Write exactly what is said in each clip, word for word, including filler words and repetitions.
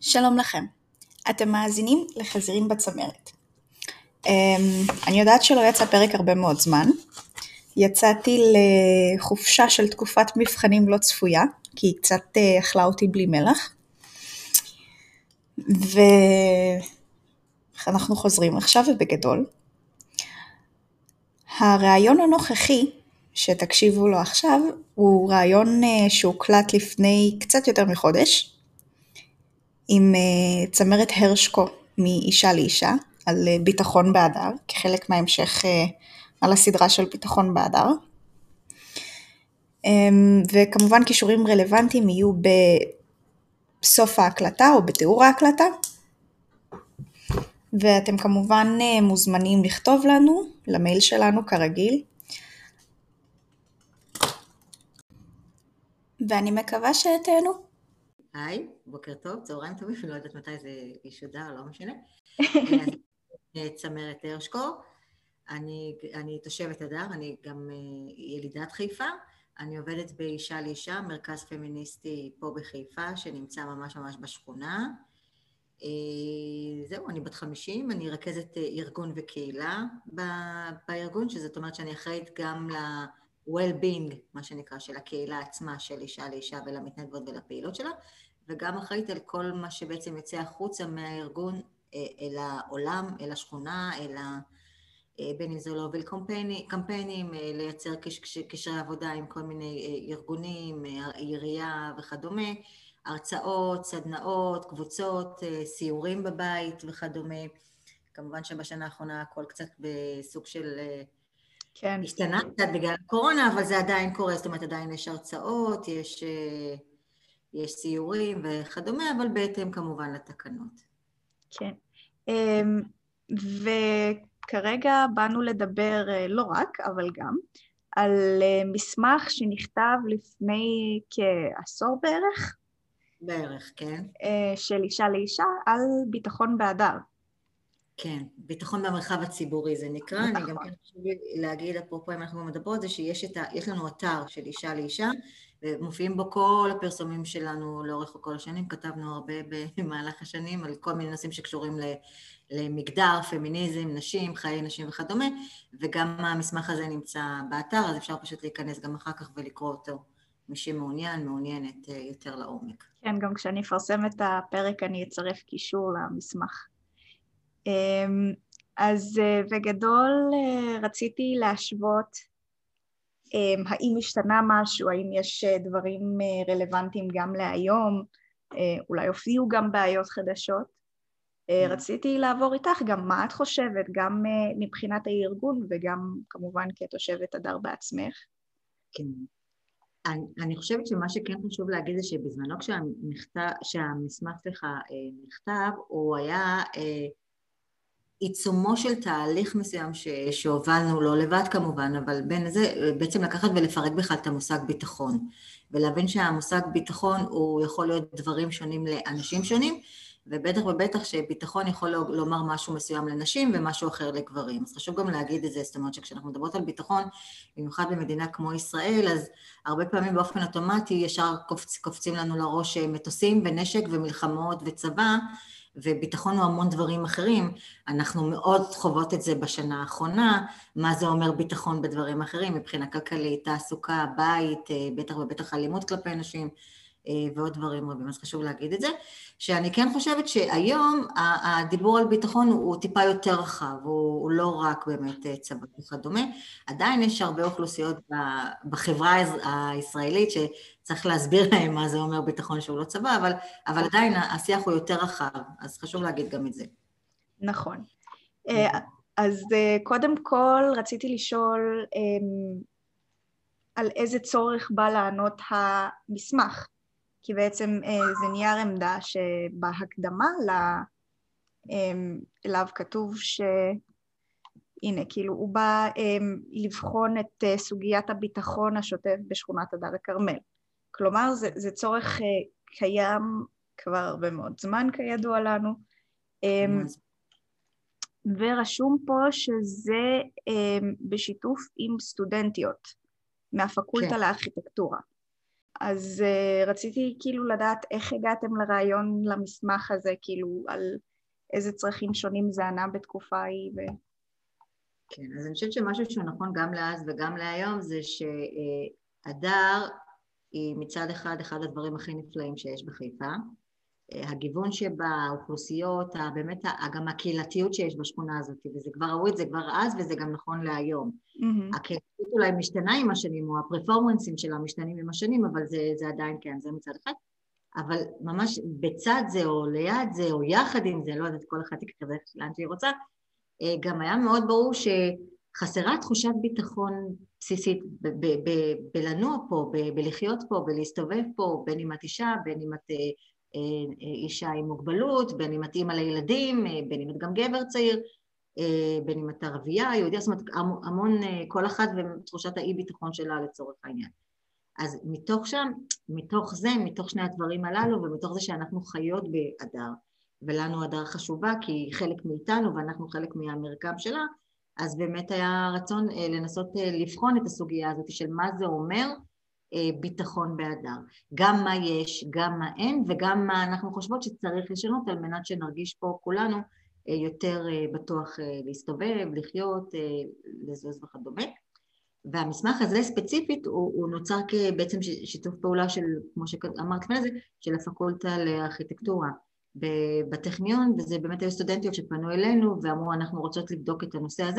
שלום לכם, אתם מאזינים לחזירים בצמרת. אני יודעת שלא יצא פרק הרבה מאוד זמן, יצאתי לחופשה של תקופת מבחנים לא צפויה, כי היא קצת אכלה אותי בלי מלח, ואנחנו חוזרים עכשיו ובגדול. הרעיון הנוכחי שתקשיבו לו עכשיו, הוא רעיון שהוקלט לפני קצת יותר מחודש, עם צמרת הרשקו מאישה לאישה, על ביטחון באדר, כחלק מההמשך על הסדרה של ביטחון באדר. וכמובן קישורים רלוונטיים יהיו בסוף ההקלטה או בתיאור ההקלטה. ואתם כמובן מוזמנים לכתוב לנו, למייל שלנו כרגיל. ואני מקווה שתהנו. היי, בוקר טוב, צהריים טובים, אני לא יודעת מתי זה ישודר, לא משנה. אז צמרת הרשקו, אני, אני תושבת אדר, אני גם ילידת חיפה, אני עובדת באישה לאישה, מרכז פמיניסטי פה בחיפה, שנמצא ממש ממש בשכונה. זהו, אני בת חמישים, אני רכזת ארגון וקהילה בארגון, שזאת אומרת שאני אחראית גם ל-well-being, מה שנקרא, של הקהילה עצמה, של אישה לאישה ולמתנדבות ולפעילות שלה, וגם אחראית על כל מה שבעצם יוצא החוצה מהארגון אל העולם, אל השכונה, אל ה... בין אם זה להוביל קמפיינים, קמפיינים, לייצר קשרי עבודה עם כל מיני ארגונים, עירייה וכדומה, הרצאות, סדנאות, קבוצות, סיורים בבית וכדומה. כמובן שבשנה האחרונה הכל קצת בסוג של... כן. השתנה קצת בגלל הקורונה, אבל זה עדיין קורה, זאת אומרת עדיין יש הרצאות, יש... יש סיורים וכדומה, אבל בהתאם כמובן לתקנות. כן. וכרגע באנו לדבר לא רק, אבל גם, על מסמך שנכתב לפני כעשור בערך. בערך, כן. של אישה לאישה על ביטחון באדר. כן, ביטחון במרחב הציבורי זה נקרא. נכון. אני גם כן חשוב להגיד, אפרופו אם אנחנו מדברות, זה שיש את ה... יש לנו אתר של אישה לאישה, ומופיעים בו כל הפרסומים שלנו לאורך כל השנים, כתבנו הרבה במהלך השנים על כל מיני נושאים שקשורים למגדר, פמיניזם, נשים, חיי נשים וכדומה, וגם המסמך הזה נמצא באתר, אז אפשר פשוט להיכנס גם אחר כך ולקרוא אותו, מי שמעוניין, מעוניינת יותר לעומק. כן, גם כשאני אפרסם את הפרק אני אצרף קישור למסמך. אז בגדול רציתי להשוות האם השתנה משהו, האם יש דברים רלוונטיים גם להיום, אולי הופיעו גם בעיות חדשות. רציתי לעבור איתך גם מה את חושבת, גם מבחינת הארגון וגם כמובן כתושבת אדר בעצמך. כן. אני, אני חושבת שמה שכן חשוב להגיד זה שבזמנו כשהמכתב, שהמסמך שלך נכתב, הוא היה עיצומו של תהליך מסוים ש, שהובלנו, לא לבד כמובן, אבל בין זה בעצם לקחת ולפרק בכלל את המושג ביטחון, ולהבין שהמושג ביטחון הוא יכול להיות דברים שונים לאנשים שונים, ובטח ובטח שביטחון יכול לומר משהו מסוים לנשים ומשהו אחר לגברים. אז חשוב גם להגיד את זה, זאת אומרת שכשאנחנו מדברות על ביטחון, במיוחד במדינה כמו ישראל, אז הרבה פעמים באופן אוטומטי ישר קופצ, קופצים לנו לראש מטוסים ונשק ומלחמות וצבא, וביטחון הוא המון דברים אחרים. אנחנו מאוד חוות את זה בשנה האחרונה, מה זה אומר ביטחון בדברים אחרים, מבחינה כלכלית, תעסוקה, בית, בטח ובטח אלימות כלפי נשים, ועוד דברים רבים, אז חשוב להגיד את זה, שאני כן חושבת שהיום הדיבור על ביטחון הוא טיפה יותר רחב, הוא, הוא לא רק באמת צבא וכדומה, עדיין יש הרבה אוכלוסיות בחברה הישראלית שצריך להסביר להם מה זה אומר ביטחון שהוא לא צבא, אבל, אבל עדיין השיח הוא יותר רחב, אז חשוב להגיד גם את זה. נכון. אז קודם כל רציתי לשאול על איזה צורך בא לענות המסמך, כי בעצם זה נייר עמדה שבהקדמה אליו כתוב שהנה, כאילו הוא בא לבחון את סוגיית הביטחון השוטף בשכונת אדר הכרמל. כלומר, זה, זה צורך קיים כבר הרבה מאוד זמן כידוע לנו, ורשום פה שזה בשיתוף עם סטודנטיות מהפקולטה כן. לארכיטקטורה. אז uh, רציתי כאילו לדעת איך הגעתם לרעיון למסמך הזה, כאילו על איזה צרכים שונים זה ענה בתקופה ההיא. ו... כן, אז אני חושבת שמשהו שהוא נכון גם לאז וגם להיום זה שהדר היא מצד אחד אחד הדברים הכי נפלאים שיש בחיפה. הגיוון שבה, האוכלוסיות, באמת גם הקהילתיות שיש בשכונה הזאת, וזה כבר ראו את זה כבר אז וזה גם נכון להיום. Mm-hmm. הקהילתיות אולי משתנה עם השנים, או הפרפורמנסים שלה משתנים עם השנים, אבל זה, זה עדיין כן, זה מצד אחד. אבל ממש בצד זה, או ליד זה, או יחד עם זה, לא יודעת, כל אחד תקרא זה לאן שהיא רוצה, גם היה מאוד ברור שחסרה תחושת ביטחון בסיסית בלנוע פה, בלחיות פה, בלהסתובב פה, בין אם את אישה, בין אם את אישה עם מוגבלות, בין אם את אימא לילדים, בין אם את גם גבר צעיר, בין אם את ערבייה, יהודיה, זאת אומרת המון, כל אחת ותחושת האי ביטחון שלה לצורך העניין. אז מתוך שם, מתוך זה, מתוך שני הדברים הללו, ומתוך זה שאנחנו חיות בהדר, ולנו הדר חשובה כי היא חלק מאיתנו ואנחנו חלק מהמרקם שלה, אז באמת היה רצון לנסות לבחון את הסוגיה הזאת של מה זה אומר ביטחון בהדר. גם מה יש, גם מה אין, וגם מה אנחנו חושבות שצריך לשנות על מנת שנרגיש פה כולנו יותר בטוח להסתובב, לחיות, לזוז וכדומה. והמסמך הזה ספציפית הוא, הוא נוצר כבעצם שיתוף פעולה של, כמו שאמרת לפני זה, של הפקולטה לארכיטקטורה בטכניון, וזה באמת היו סטודנטיות שפנו אלינו ואמרו אנחנו רוצות לבדוק את הנושא הזה,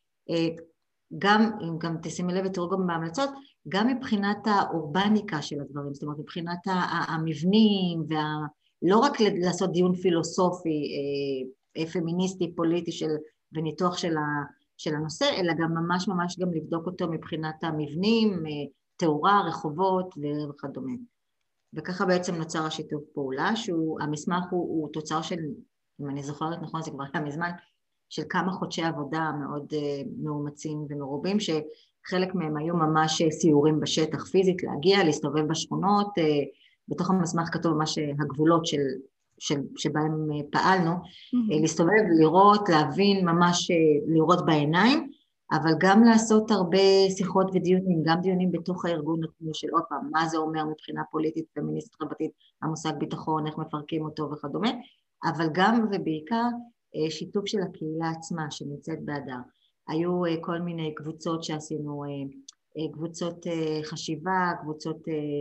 גם, גם תשימי לב ותראו גם בהמלצות, גם מבחינת האורבניקה של הדברים, זאת אומרת מבחינת המבנים, וה, לא רק לעשות דיון פילוסופי, פמיניסטי, פוליטי של, וניתוח של, ה, של הנושא, אלא גם ממש ממש גם לבדוק אותו מבחינת המבנים, תאורה, רחובות וכדומה. וככה בעצם נוצר השיתוף פעולה, שהמסמך הוא, הוא תוצר של, אם אני זוכרת נכון, זה כבר היה מזמן, של כמה חודשי עבודה מאוד uh, מאומצים ומרובים, שחלק מהם היו ממש סיורים בשטח פיזית, להגיע, להסתובב בשכונות, uh, בתוך המסמך כתוב ממש הגבולות של, של, שבהם uh, פעלנו, mm-hmm. uh, להסתובב, לראות, להבין, ממש uh, לראות בעיניים, אבל גם לעשות הרבה שיחות ודיונים, גם דיונים בתוך הארגון של עוד פעם, מה זה אומר מבחינה פוליטית, פמיניסטית, חברתית, המושג ביטחון, איך מפרקים אותו וכדומה, אבל גם ובעיקר שיתוף של הקהילה עצמה שנמצאת בהדר. היו כל מיני קבוצות שעשינו, קבוצות חשיבה, קבוצות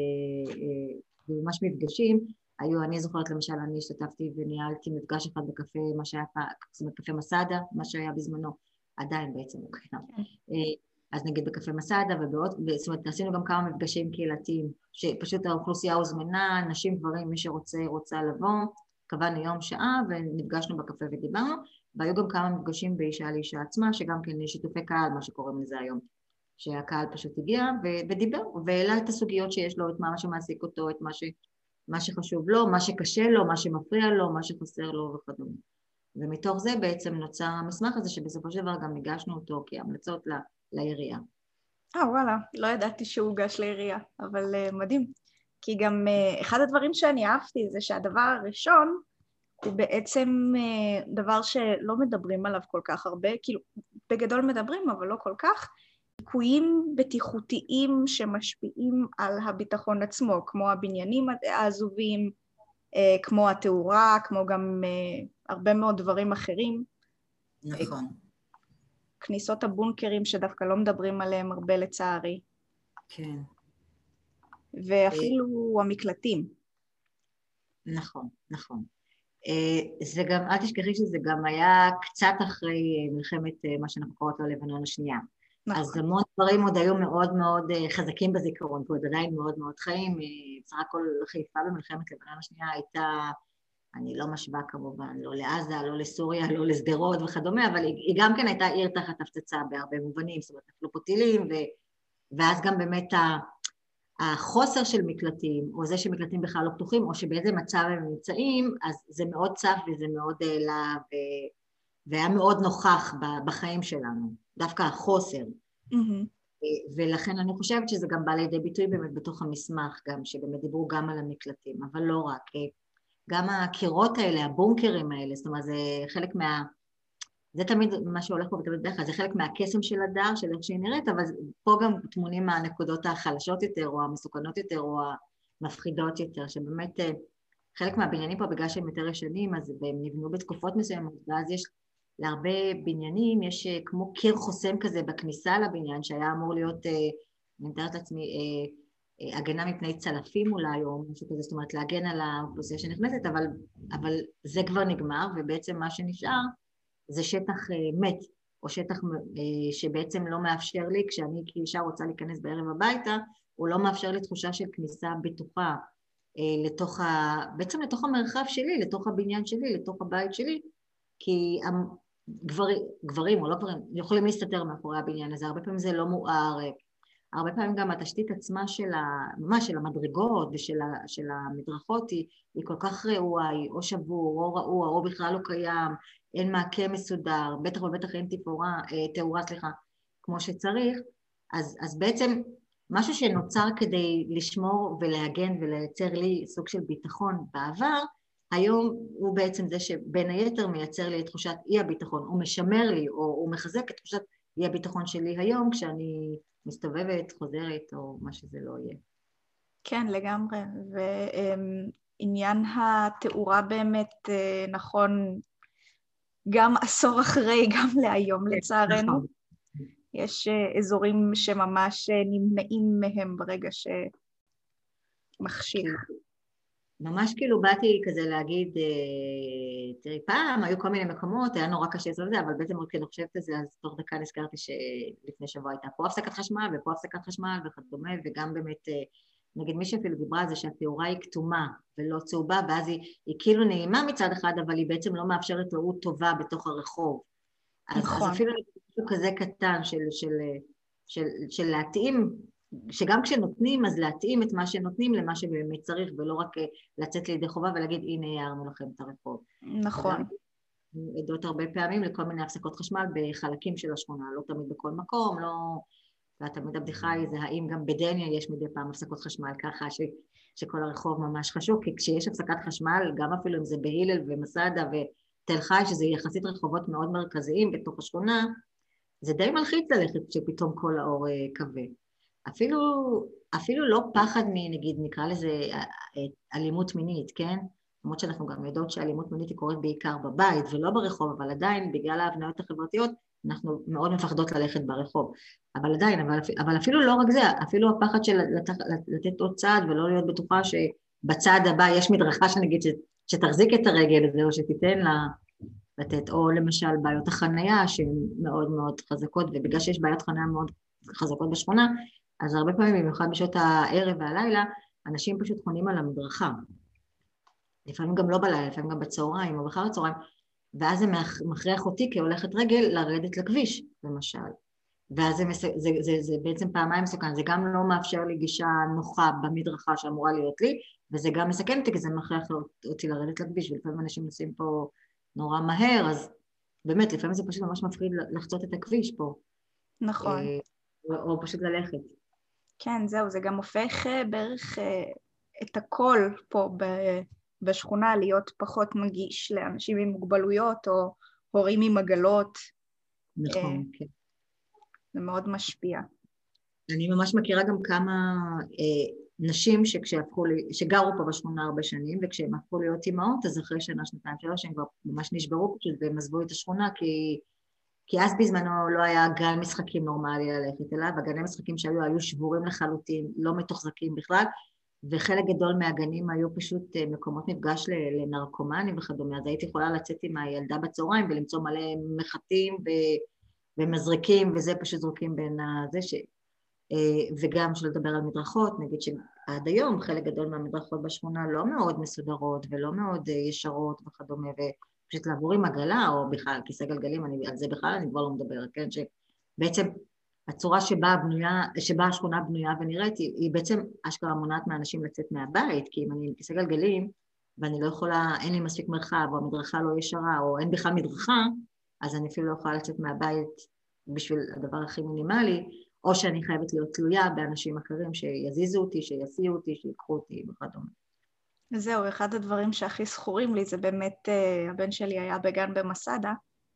ממש מפגשים, היו, אני זוכרת למשל, אני השתתפתי וניהלתי מפגש אחד בקפה, מה שהיה פעם, זאת אומרת קפה מסעדה, מה שהיה בזמנו, עדיין בעצם הוא קיים. אז נגיד בקפה מסעדה ובעוד, זאת אומרת, עשינו גם כמה מפגשים קהילתיים, שפשוט האוכלוסייה הוזמנה, נשים, גברים, מי שרוצה, רוצה לבוא, קבענו יום שעה ונפגשנו בקפה ודיברנו, והיו גם כמה מפגשים באישה לאישה עצמה, שגם כן יש שיתופי קהל, מה שקוראים לזה היום, שהקהל פשוט הגיע ו- ודיבר, והעלה את הסוגיות שיש לו, את מה שמעסיק אותו, את מה, ש- מה שחשוב לו, מה שקשה לו, מה שמפריע לו, מה שחסר לו וכדומה. ומתוך זה בעצם נוצר המסמך הזה, שבסופו של דבר גם הגשנו אותו כהמלצות ל- לעירייה. אה, וואלה, לא ידעתי שהוא הוגש לעירייה, אבל uh, מדהים. כי גם uh, אחד הדברים שאני אהבתי זה שהדבר הראשון הוא בעצם uh, דבר שלא מדברים עליו כל כך הרבה, כאילו בגדול מדברים אבל לא כל כך, ליקויים בטיחותיים שמשפיעים על הביטחון עצמו, כמו הבניינים העזובים, uh, כמו התאורה, כמו גם uh, הרבה מאוד דברים אחרים. נכון. כניסות הבונקרים שדווקא לא מדברים עליהם הרבה לצערי. כן. ואפילו המקלטים. נכון, נכון. זה גם, אל תשכחי שזה גם היה קצת אחרי מלחמת מה שאנחנו קוראות לו לבנון השנייה. נכון. אז המון דברים עוד היו מאוד מאוד חזקים בזיכרון, ועוד עדיין מאוד מאוד חיים. בסך הכל חיפה במלחמת לבנון השנייה הייתה, אני לא משווה כמובן, לא לעזה, לא לסוריה, לא לסדרות וכדומה, אבל היא גם כן הייתה עיר תחת הפצצה בהרבה מובנים, זאת אומרת, נפלו פה טילים, ואז גם באמת ה... החוסר של מקלטים, או זה שמקלטים בכלל לא פתוחים, או שבאיזה מצב הם נמצאים, אז זה מאוד צף וזה מאוד העלה, ו... והיה מאוד נוכח בחיים שלנו, דווקא החוסר. Mm-hmm. ולכן אני חושבת שזה גם בא לידי ביטוי באמת בתוך המסמך, גם שבאמת דיברו גם על המקלטים, אבל לא רק, גם הקירות האלה, הבונקרים האלה, זאת אומרת, זה חלק מה... זה תמיד מה שהולך פה ותמיד בדרך כלל, זה חלק מהקסם של הדר, של איך שהיא נראית, אבל פה גם תמונים מהנקודות החלשות יותר, או המסוכנות יותר, או המפחידות יותר, שבאמת חלק מהבניינים פה, בגלל שהם יותר ישנים, אז הם נבנו בתקופות מסוימות, ואז יש להרבה בניינים, יש כמו קיר חוסם כזה בכניסה לבניין, שהיה אמור להיות, אני מתארת לעצמי, הגנה מפני צלפים אולי, או משהו כזה, זאת אומרת, להגן על האוכלוסייה שנכנסת, אבל, אבל זה כבר נגמר, ובעצם מה שנשאר, זה שטח מת, או שטח שבעצם לא מאפשר לי, כשאני כאישה רוצה להיכנס בערב הביתה, הוא לא מאפשר לי תחושה של כניסה בטוחה, לתוך ה... בעצם לתוך המרחב שלי, לתוך הבניין שלי, לתוך הבית שלי, כי גברים, גברים או לא גברים, יכולים להסתתר מאחורי הבניין הזה, הרבה פעמים זה לא מואר, הרבה פעמים גם התשתית עצמה של, ה... ממש של המדרגות ושל ה... של המדרכות היא, היא כל כך רעועה, היא או שבור, או רעוע, או בכלל לא קיים, אין מעקה מסודר, בטח ובטח אין תפאורה, תאורה, סליחה, כמו שצריך, אז, אז בעצם משהו שנוצר כדי לשמור ולהגן ולייצר לי סוג של ביטחון בעבר, היום הוא בעצם זה שבין היתר מייצר לי את תחושת אי הביטחון, הוא משמר לי או הוא מחזק את תחושת אי הביטחון שלי היום כשאני מסתובבת, חוזרת או מה שזה לא יהיה. כן, לגמרי, ועניין התאורה באמת נכון, גם עשור אחרי, גם להיום לצערנו. נכון. יש אזורים שממש נמנעים מהם ברגע שמכשיל. ממש כאילו באתי כזה להגיד, תראי, פעם היו כל מיני מקומות, היה נורא קשה לעשות את זה, אבל בעצם עוד כשאני חושבת את זה, אז תוך דקה נזכרתי שלפני שבוע הייתה פה הפסקת חשמל, ופה הפסקת חשמל וכדומה, וגם באמת, נגיד מי שאפילו דיברה על זה שהתאורה היא כתומה ולא צהובה, ואז היא, היא כאילו נעימה מצד אחד, אבל היא בעצם לא מאפשרת ראות טובה בתוך הרחוב. אז, נכון. אז אפילו משהו כזה קטן של, של, של, של להתאים, שגם כשנותנים, אז להתאים את מה שנותנים למה שבאמת צריך, ולא רק לצאת לידי חובה ולהגיד, הנה, הערנו לכם את הרחוב. נכון. עדות הרבה פעמים לכל מיני הפסקות חשמל בחלקים של השכונה, לא תמיד בכל מקום, לא... ותמיד הבדיחה היא זה, האם גם בדניה יש מדי פעם הפסקות חשמל ככה, ש, שכל הרחוב ממש חשוב, כי כשיש הפסקת חשמל, גם אפילו אם זה בהילל ומסעדה ותל חי, שזה יחסית רחובות מאוד מרכזיים בתוך השכונה, זה די מלחיץ ללכת שפתאום כל האור כבה. אפילו, אפילו לא פחד מנגיד, נקרא לזה אלימות מינית, כן? למרות שאנחנו גם יודעות שאלימות מינית היא קורית בעיקר בבית ולא ברחוב, אבל עדיין בגלל ההבניות החברתיות אנחנו מאוד מפחדות ללכת ברחוב. אבל עדיין, אבל, אבל אפילו לא רק זה, אפילו הפחד של לת, לתת עוד צעד ולא להיות בטוחה שבצעד הבא יש מדרכה שנגיד ש, שתחזיק את הרגל הזה או שתיתן לה לתת, או למשל בעיות החנייה שהן מאוד מאוד חזקות, ובגלל שיש בעיות חנייה מאוד חזקות בשכונה, אז הרבה פעמים, במיוחד בשעות הערב והלילה, אנשים פשוט חונים על המדרכה. לפעמים גם לא בלילה, לפעמים גם בצהריים או בחר הצהריים, ואז זה מכריח אותי כהולכת רגל לרדת לכביש, למשל. ואז זה, זה, זה, זה, זה בעצם פעמיים מסוכן, זה גם לא מאפשר לי גישה נוחה במדרכה שאמורה להיות לי, וזה גם מסכן אותי, כי זה מכריח אותי לרדת לכביש, ולפעמים אנשים עושים פה נורא מהר, אז באמת, לפעמים זה פשוט ממש מפחיד לחצות את הכביש פה. נכון. או, או פשוט ללכת. כן, זהו, זה גם הופך בערך את הכל פה בשכונה להיות פחות מגיש לאנשים עם מוגבלויות או הורים עם עגלות. נכון, כן. זה מאוד משפיע. אני ממש מכירה גם כמה אה, נשים שכשהפכו לי, שגרו פה בשכונה הרבה שנים, וכשהם הפכו להיות אימהות, אז אחרי שנה, שנתיים, שלוש, הם כבר ממש נשברו פשוט, והם עזבו את השכונה, כי, כי אז בזמנו לא היה גן משחקים נורמלי ללכת אליו, הגני משחקים שהיו היו שבורים לחלוטין, לא מתוחזקים בכלל, וחלק גדול מהגנים היו פשוט מקומות מפגש לנרקומנים וכדומה, אז הייתי יכולה לצאת עם הילדה בצהריים ולמצוא מלא מחטים ו... ומזריקים, וזה פשוט זרוקים בין הזה, ש... וגם שלא לדבר על מדרכות, נגיד שעד היום חלק גדול מהמדרכות בשכונה לא מאוד מסודרות ולא מאוד ישרות וכדומה, ופשוט לעבור עם עגלה או בכלל כיסא גלגלים, אני, על זה בכלל אני כבר לא מדברת, כן? שבעצם הצורה שבה, הבנויה, שבה השכונה בנויה ונראית, היא, היא בעצם אשכרה מונעת מאנשים לצאת מהבית, כי אם אני עם כיסא גלגלים, ואני לא יכולה, אין לי מספיק מרחב, או המדרכה לא ישרה, או אין בכלל מדרכה, אז אני אפילו לא יכולה לצאת מהבית בשביל הדבר הכי מינימלי, או שאני חייבת להיות תלויה באנשים אחרים שיזיזו אותי, שיסיעו אותי, שיקחו אותי וכדומה. זהו, אחד הדברים שהכי זכורים לי, זה באמת, הבן שלי היה בגן במסעדה,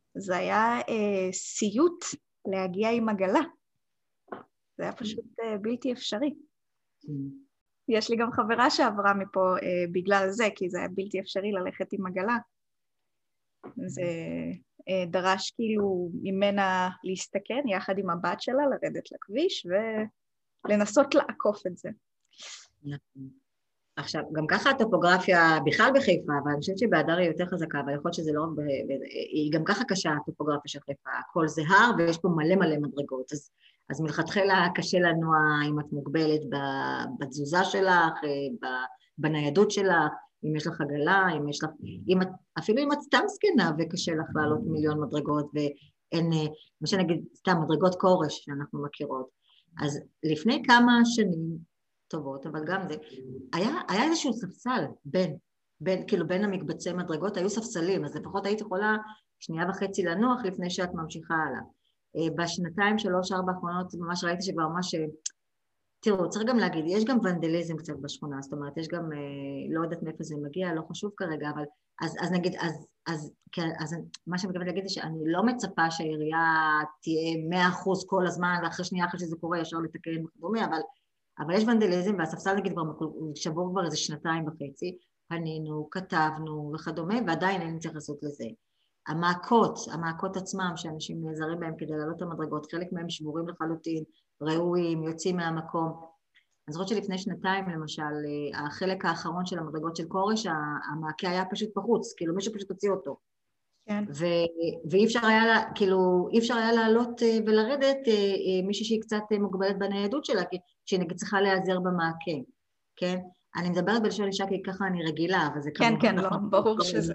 זה היה אה, סיוט להגיע עם עגלה. זה היה פשוט אה, בלתי אפשרי. יש לי גם חברה שעברה מפה אה, בגלל זה, כי זה היה בלתי אפשרי ללכת עם עגלה. זה אה, דרש כאילו ממנה להסתכן יחד עם הבת שלה, לרדת לכביש ולנסות לעקוף את זה. עכשיו, גם ככה הטופוגרפיה בכלל בחיפה, אבל אני חושבת שבהדר היא יותר חזקה, אבל יכול להיות שזה לא רק, ב... היא גם ככה קשה הטופוגרפיה של חיפה, הכל זה הר ויש פה מלא מלא מדרגות, אז, אז מלכתחילה קשה לנוע אם את מוגבלת בתזוזה שלך, בניידות שלך, אם יש לך עגלה, אם יש לך, אם את, אפילו אם את סתם סקנה וקשה לך לעלות מיליון מדרגות, ואין, מה שנגיד, סתם מדרגות קורש שאנחנו מכירות. אז לפני כמה שנים, טובות, אבל גם זה, היה, היה איזשהו ספסל בין, בין, כאילו בין המקבצי מדרגות, היו ספסלים, אז לפחות היית יכולה שנייה וחצי לנוח לפני שאת ממשיכה הלאה. בשנתיים, שלוש, ארבע האחרונות, ממש ראיתי שכבר ממש, תראו, צריך גם להגיד, יש גם ונדליזם קצת בשכונה, זאת אומרת, יש גם, לא יודעת מאיפה זה מגיע, לא חשוב כרגע, אבל, אז, אז נגיד, אז, אז, כן, אז מה שאני מקווה להגיד זה שאני לא מצפה שהעירייה תהיה מאה אחוז כל הזמן, ואחרי שנייה אחרי שזה קורה, ישר לתקן וכדומה, אבל אבל יש ונדליזם, והספסל נגיד כבר שבור כבר איזה שנתיים וחצי, פנינו, כתבנו וכדומה, ועדיין אין צריך לעשות לזה. המעקות, המעקות עצמם שאנשים נעזרים בהם כדי לעלות את המדרגות, חלק מהם שבורים לחלוטין, ראויים, יוצאים מהמקום. אני זוכרת שלפני שנתיים למשל, החלק האחרון של המדרגות של קורש, המעקה היה פשוט בחוץ, כאילו מישהו פשוט הוציא אותו. כן. ו- ואי אפשר היה, כאילו, אי אפשר היה לעלות ולרדת מישהי שהיא קצת מוגבלת בניידות שלה, כי שהיא נגיד צריכה להיעזר במעקה, כן? אני מדברת בלשון אישה כי ככה אני רגילה, אבל זה כן, כמובן כן, לא, נכון. ברור שזה.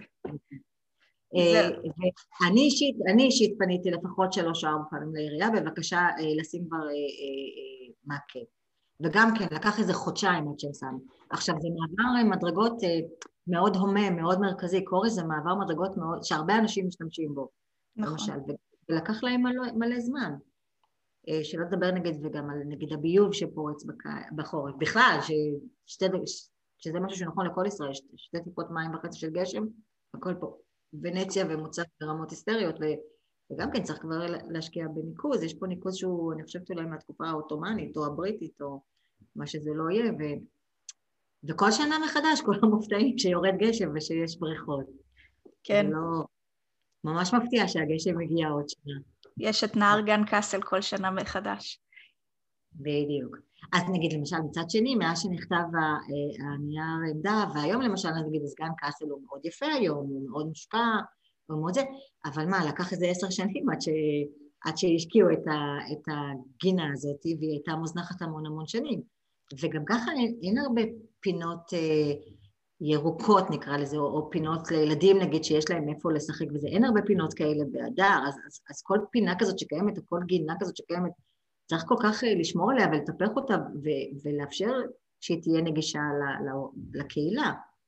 ואני אישית, אני אישית פניתי לפחות שלוש ארבע פעמים לעירייה, בבקשה לשים כבר מעקה. וגם כן, לקח איזה חודשיים עד שהם שמו. עכשיו, זה מעבר מדרגות מאוד הומה, מאוד מרכזי, קורש זה מעבר מדרגות מאוד, שהרבה אנשים משתמשים בו, נכון. למשל, ולקח להם מלא, מלא זמן. שלא לדבר נגד, וגם על נגד הביוב שפורץ בחורף. בכלל, ששתי, שזה משהו שנכון לכל ישראל, שתי טיפות מים בחצי של גשם, הכל פה, ונציה ומוצף ברמות היסטריות, וגם כן צריך כבר להשקיע בניקוז, יש פה ניקוז שהוא, אני חושבת אולי מהתקופה האוטומנית, או הבריטית, או מה שזה לא יהיה, ו... וכל שנה מחדש, כל המופתעים שיורד גשם ושיש בריכות. כן. זה לא... ממש מפתיע שהגשם מגיע עוד שנה. יש את נהר גן קאסל כל שנה מחדש. בדיוק. אז נגיד למשל מצד שני, מאז שנכתב הנייר עמדה, והיום למשל נגיד הסגן קאסל הוא מאוד יפה היום, הוא מאוד מושקע, הוא מאוד זה, אבל מה, לקח איזה עשר שנים עד, ש... עד שהשקיעו את, ה... את הגינה הזאת, והיא הייתה מוזנחת המון המון שנים. וגם ככה אין, אין הרבה פינות אה, ירוקות נקרא לזה, או, או פינות לילדים נגיד שיש להם איפה לשחק וזה, אין הרבה פינות כאלה בהדר, אז, אז, אז כל פינה כזאת שקיימת, או כל גינה כזאת שקיימת, צריך כל כך לשמור עליה ולטפח אותה ו- ולאפשר שהיא תהיה נגישה ל- ל- לקהילה.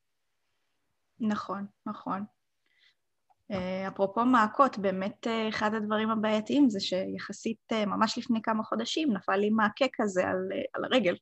נכון, נכון. אפרופו מעקות, באמת אחד הדברים הבעייתיים זה שיחסית ממש לפני כמה חודשים נפל לי מעקה כזה על, על הרגל.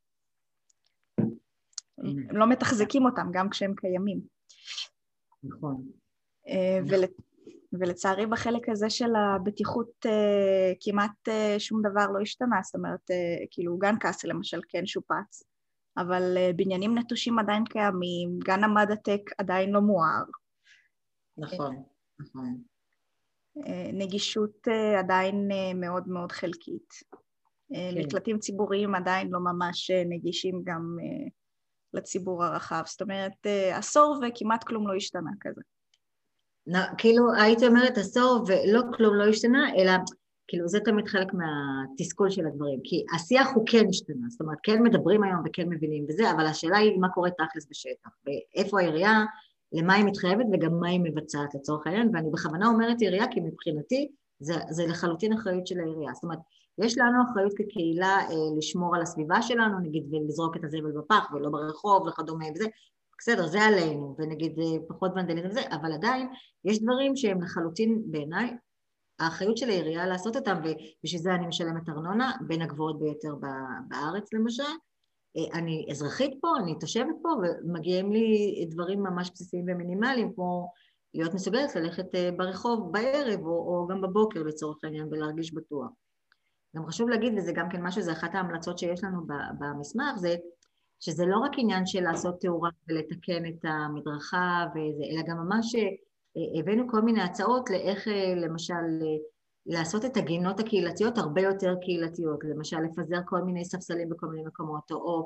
הם לא מתחזקים אותם גם כשהם קיימים. נכון. ול... ולצערי בחלק הזה של הבטיחות כמעט שום דבר לא השתנה, זאת אומרת, כאילו גן קאסל למשל כן שופץ, אבל בניינים נטושים עדיין קיימים, גן עמד עתק עדיין לא מואר. נכון, נכון. נגישות עדיין מאוד מאוד חלקית. כן. מקלטים ציבוריים עדיין לא ממש נגישים גם לציבור הרחב, זאת אומרת, עשור וכמעט כלום לא השתנה כזה. כאילו הייתי אומרת עשור ולא כלום לא השתנה, אלא כאילו זה תמיד חלק מהתסכול של הדברים, כי השיח הוא כן השתנה, זאת אומרת כן מדברים היום וכן מבינים וזה, אבל השאלה היא מה קורה תכלס בשטח, ואיפה העירייה, למה היא מתחייבת וגם מה היא מבצעת לצורך העניין, ואני בכוונה אומרת עירייה כי מבחינתי זה, זה לחלוטין אחריות של העירייה, זאת אומרת יש לנו אחריות כקהילה אה, לשמור על הסביבה שלנו, נגיד ולזרוק את הזבל בפח ולא ברחוב וכדומה וזה, בסדר, זה עלינו, ונגיד פחות ונדליזם וזה, אבל עדיין יש דברים שהם לחלוטין בעיניי, האחריות של העירייה לעשות אותם, ובשביל זה אני משלמת ארנונה, בין הגבוהות ביותר בארץ למשל, אני אזרחית פה, אני תושבת פה, ומגיעים לי דברים ממש בסיסיים ומינימליים, כמו להיות מסוגלת ללכת ברחוב בערב או, או גם בבוקר לצורך העניין ולהרגיש בטוח. גם חשוב להגיד, וזה גם כן משהו, זה אחת ההמלצות שיש לנו במסמך, זה שזה לא רק עניין של לעשות תאורה ולתקן את המדרכה וזה, אלא גם ממש הבאנו כל מיני הצעות לאיך למשל לעשות את הגינות הקהילתיות הרבה יותר קהילתיות, למשל לפזר כל מיני ספסלים בכל מיני מקומות, או, או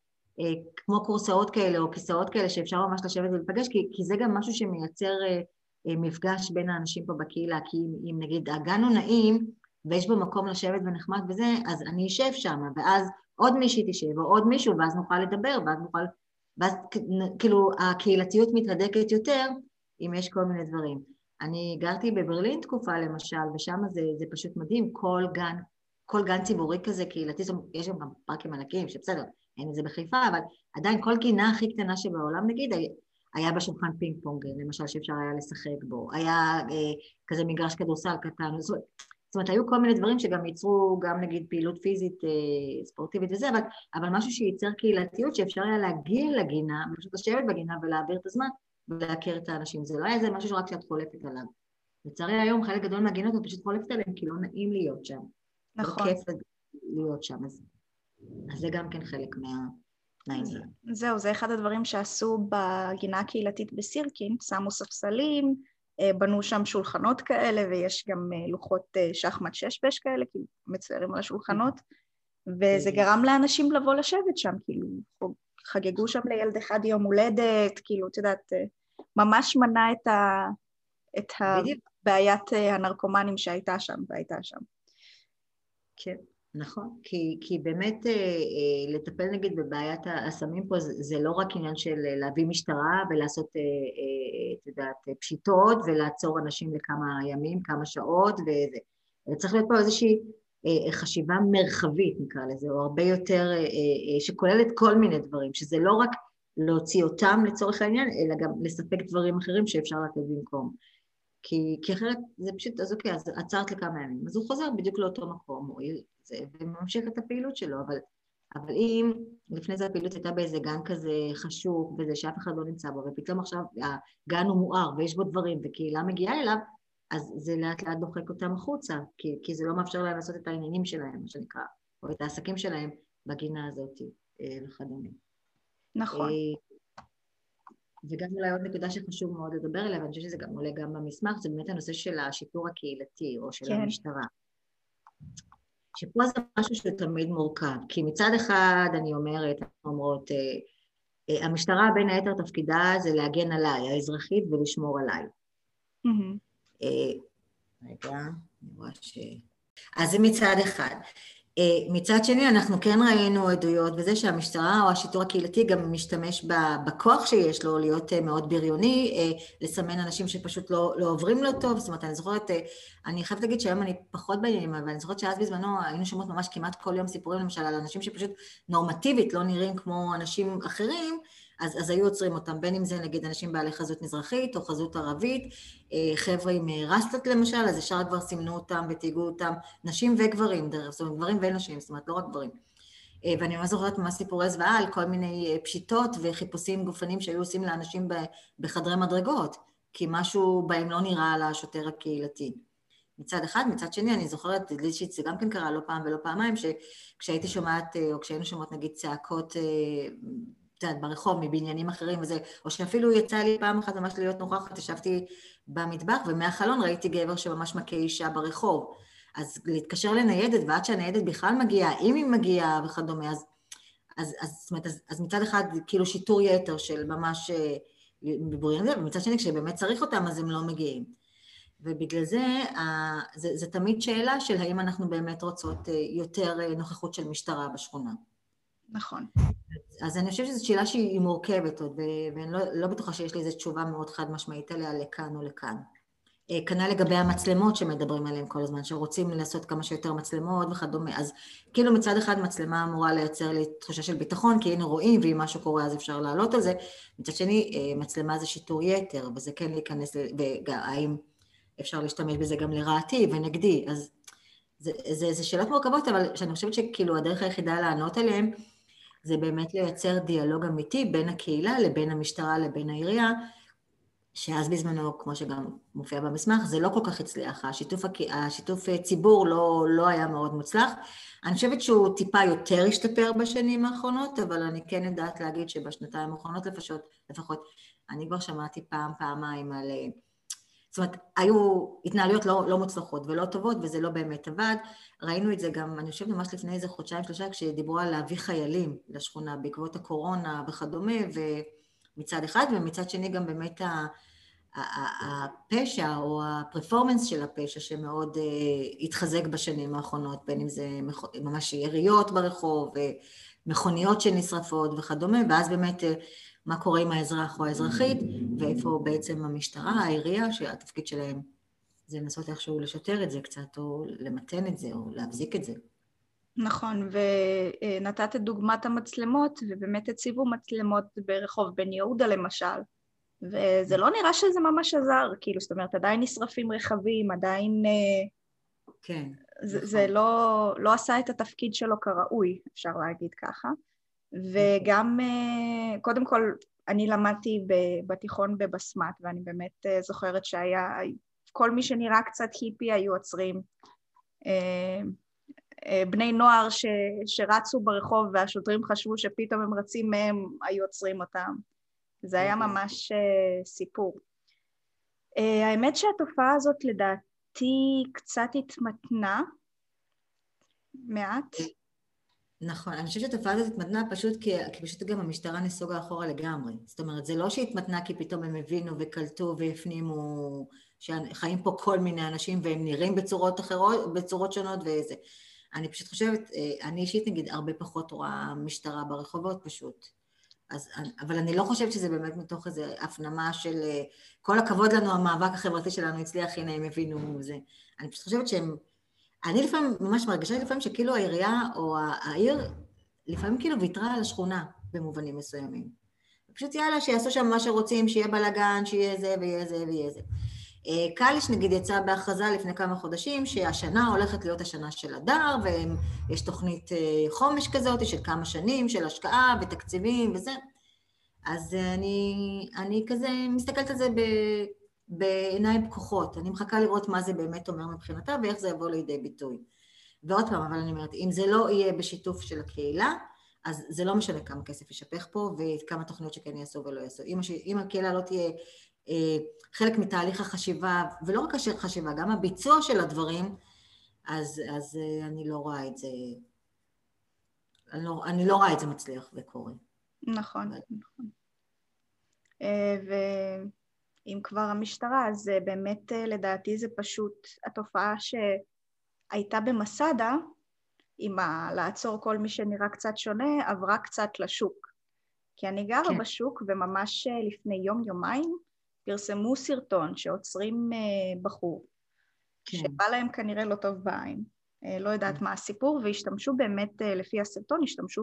כמו קורסאות כאלה או כיסאות כאלה שאפשר ממש לשבת ולפגש, כי, כי זה גם משהו שמייצר מפגש בין האנשים פה בקהילה, כי אם, אם נגיד הגן הוא נעים ויש בו מקום לשבת ונחמד וזה, אז אני אשב שם, ואז עוד מישהי תשב, או עוד מישהו, ואז נוכל לדבר, ואז נוכל, ואז כאילו הקהילתיות מתהדקת יותר, אם יש כל מיני דברים. אני גרתי בברלין תקופה למשל, ושם זה, זה פשוט מדהים, כל גן, כל גן ציבורי כזה קהילתי, יש שם גם פארקים ענקיים, שבסדר, אין את זה בחיפה, אבל עדיין כל גינה הכי קטנה שבעולם, נגיד, היה בשולחן פינג פונג, למשל שאפשר היה לשחק בו, היה אה, כזה מגרש כדורסל קטן, זאת, זאת אומרת, היו כל מיני דברים שגם ייצרו גם נגיד פעילות פיזית, אה, ספורטיבית וזה, אבל, אבל משהו שייצר קהילתיות שאפשר היה להגיע לגינה, פשוט לשבת בגינה ולהעביר את הזמן, ולהכיר את האנשים. זה לא היה איזה משהו שרק שאת חולפת עליו. לצערי היום חלק גדול מהגינות את פשוט חולפת עליהם, כי לא נעים להיות שם. נכון. לא כיף להיות שם. אז, אז זה גם כן חלק מה... מהעניין. זהו, זה אחד הדברים שעשו בגינה הקהילתית בסירקין, שמו ספסלים, בנו שם שולחנות כאלה, ויש גם לוחות שחמט שש-בש כאלה, כאילו מציירים על השולחנות, וזה גרם לאנשים לבוא לשבת שם, כאילו חגגו שם לילד אחד יום הולדת, כאילו, את יודעת, ממש מנע את, ה... את הבעיית הנרקומנים שהייתה שם, והייתה שם. כן. נכון, כי, כי באמת אה, לטפל נגיד בבעיית הסמים פה זה, זה לא רק עניין של להביא משטרה ולעשות, אה, אה, את יודעת, פשיטות ולעצור אנשים לכמה ימים, כמה שעות וזה. צריך להיות פה איזושהי אה, חשיבה מרחבית נקרא לזה, או הרבה יותר, אה, אה, שכוללת כל מיני דברים, שזה לא רק להוציא אותם לצורך העניין, אלא גם לספק דברים אחרים שאפשר לתת במקום. כי, כי אחרת זה פשוט, אז אוקיי, אז עצרת לכמה ימים, אז הוא חוזר בדיוק לאותו מקום, הוא זה, וממשיך את הפעילות שלו, אבל, אבל אם לפני זה הפעילות הייתה באיזה גן כזה חשוב, וזה שאף אחד לא נמצא בו, ופתאום עכשיו הגן הוא מואר, ויש בו דברים, וקהילה מגיעה אליו, אז זה לאט לאט דוחק אותם החוצה, כי, כי זה לא מאפשר להם לעשות את העניינים שלהם, מה שנקרא, או את העסקים שלהם בגינה הזאת וכדומה. נכון. וגם אולי עוד נקודה שחשוב מאוד לדבר עליה, ואני חושבת שזה גם עולה גם במסמך, זה באמת הנושא של השיטור הקהילתי, או של כן. המשטרה. שפה זה משהו שתמיד מורכב, כי מצד אחד אני אומרת, אומרות, המשטרה בין היתר תפקידה זה להגן עליי, האזרחית, ולשמור עליי. רגע, אני רואה ש... אז זה מצד אחד. מצד שני, אנחנו כן ראינו עדויות בזה שהמשטרה או השיטור הקהילתי גם משתמש בכוח שיש לו להיות מאוד בריוני, לסמן אנשים שפשוט לא, לא עוברים לו טוב, זאת אומרת, אני זוכרת, אני חייבת להגיד שהיום אני פחות בעניינים, אבל אני זוכרת שאז בזמנו היינו שומעות ממש כמעט כל יום סיפורים, למשל, על אנשים שפשוט נורמטיבית לא נראים כמו אנשים אחרים, אז, אז היו עוצרים אותם, בין אם זה נגיד אנשים בעלי חזות מזרחית או חזות ערבית, חבר'ה עם רסטות למשל, אז ישר כבר סימנו אותם ותיגעו אותם, נשים וגברים, דרך, זאת אומרת, גברים ונשים, זאת אומרת, לא רק גברים. ואני ממש זוכרת ממש סיפורי זוועה על כל מיני פשיטות וחיפושים גופנים שהיו עושים לאנשים בחדרי מדרגות, כי משהו בהם לא נראה על השוטר הקהילתי. מצד אחד, מצד שני, אני זוכרת, לישיץ, זה גם כן קרה לא פעם ולא פעמיים, שכשהייתי שומעת, או כשהיינו שומעות נגיד צעקות, ברחוב, מבניינים אחרים וזה, או שאפילו יצא לי פעם אחת ממש להיות נוכחת, ישבתי במטבח, ומהחלון ראיתי גבר שממש מכה אישה ברחוב, אז להתקשר לניידת, ועד שהניידת בכלל מגיעה, אם היא מגיעה וכדומה, אז, אז, אז, אז, אז מצד אחד, כאילו שיטור יתר של ממש בבורים זה, ומצד שני, כשבאמת צריך אותם, אז הם לא מגיעים. ובגלל זה, זה, זה תמיד שאלה של האם אנחנו באמת רוצות יותר נוכחות של משטרה בשכונה. נכון. אז אני חושבת שזו שאלה שהיא מורכבת עוד, ואני לא, לא בטוחה שיש לי איזו תשובה מאוד חד משמעית עליה לכאן או לכאן. כנ"ל לגבי המצלמות שמדברים עליהן כל הזמן, שרוצים לעשות כמה שיותר מצלמות וכדומה, אז כאילו מצד אחד מצלמה אמורה לייצר לי תחושה של ביטחון, כי היינו רואים, ואם משהו קורה אז אפשר לעלות על זה, מצד שני מצלמה זה שיטור יתר, וזה כן להיכנס, והאם אפשר להשתמש בזה גם לרעתי ונגדי, אז זה, זה, זה שאלות מורכבות, אבל שאני חושבת שכאילו הדרך היחידה לענות עליהן, זה באמת לייצר דיאלוג אמיתי בין הקהילה לבין המשטרה לבין העירייה, שאז בזמנו, כמו שגם מופיע במסמך, זה לא כל כך הצליח, השיתוף, השיתוף ציבור לא, לא היה מאוד מוצלח. אני חושבת שהוא טיפה יותר השתפר בשנים האחרונות, אבל אני כן יודעת להגיד שבשנתיים האחרונות לפחות, לפחות אני כבר שמעתי פעם, פעמיים על... זאת אומרת, היו התנהלויות לא, לא מוצלחות ולא טובות, וזה לא באמת עבד. ראינו את זה גם, אני חושבת ממש לפני איזה חודשיים, שלושה, כשדיברו על להביא חיילים לשכונה בעקבות הקורונה וכדומה, ומצד אחד, ומצד שני גם באמת ה... הפשע או הפרפורמנס של הפשע שמאוד התחזק בשנים האחרונות, בין אם זה ממש יריות ברחוב, מכוניות שנשרפות וכדומה, ואז באמת מה קורה עם האזרח או האזרחית, ואיפה בעצם המשטרה, העירייה, שהתפקיד שלהם זה לנסות איכשהו לשטר את זה קצת, או למתן את זה, או להבזיק את זה. נכון, ונתת את דוגמת המצלמות, ובאמת הציבו מצלמות ברחוב בן יהודה למשל, וזה לא נראה שזה ממש עזר, כאילו, זאת אומרת, עדיין נשרפים רכבים, עדיין... כן. זה, זה לא, לא עשה את התפקיד שלו כראוי, אפשר להגיד ככה. וגם, קודם כל, אני למדתי בתיכון בבסמת, ואני באמת זוכרת שהיה, כל מי שנראה קצת היפי היו עוצרים. בני נוער ש, שרצו ברחוב, והשוטרים חשבו שפתאום הם רצים מהם, היו עוצרים אותם. זה היה ממש uh, סיפור. Uh, האמת שהתופעה הזאת לדעתי קצת התמתנה, מעט. נכון, אני חושבת שהתופעה הזאת התמתנה פשוט כי, כי פשוט גם המשטרה נסוגה אחורה לגמרי. זאת אומרת, זה לא שהתמתנה כי פתאום הם הבינו וקלטו והפנימו שחיים פה כל מיני אנשים והם נראים בצורות אחרות, בצורות שונות וזה. אני פשוט חושבת, אני אישית נגיד הרבה פחות רואה משטרה ברחובות פשוט. אז, אבל אני לא חושבת שזה באמת מתוך איזו הפנמה של כל הכבוד לנו, המאבק החברתי שלנו הצליח, הנה הם הבינו זה. אני פשוט חושבת שהם, אני לפעמים ממש מרגישה לפעמים שכאילו העירייה או העיר, לפעמים כאילו ויתרה על השכונה במובנים מסוימים. פשוט יאללה, שיעשו שם מה שרוצים, שיהיה בלגן, שיהיה זה ויהיה זה ויהיה זה. קליש נגיד יצא בהכרזה לפני כמה חודשים שהשנה הולכת להיות השנה של הדר, ויש תוכנית חומש כזאת של כמה שנים של השקעה ותקציבים וזה. אז אני, אני כזה מסתכלת על זה ב, בעיניים פקוחות, אני מחכה לראות מה זה באמת אומר מבחינתה ואיך זה יבוא לידי ביטוי. ועוד פעם, אבל אני אומרת, אם זה לא יהיה בשיתוף של הקהילה, אז זה לא משנה כמה כסף ישפך פה וכמה תוכניות שכן יעשו ולא יעשו. אם, אם הקהילה לא תהיה חלק מתהליך החשיבה, ולא רק החשיבה, גם הביצוע של הדברים, אז, אז אני לא רואה את זה, אני לא, אני לא רואה את זה מצליח וקורה. נכון, נכון. ואם כבר המשטרה, אז באמת לדעתי זה פשוט התופעה שהייתה במסדה, עם ה- לעצור כל מי שנראה קצת שונה, עברה קצת לשוק. כי אני גרה כן. בשוק, וממש לפני יום-יומיים, פרסמו סרטון שעוצרים uh, בחור, כן. שבא להם כנראה לא טוב בעין, uh, לא יודעת כן. מה הסיפור, והשתמשו באמת, uh, לפי הסרטון, השתמשו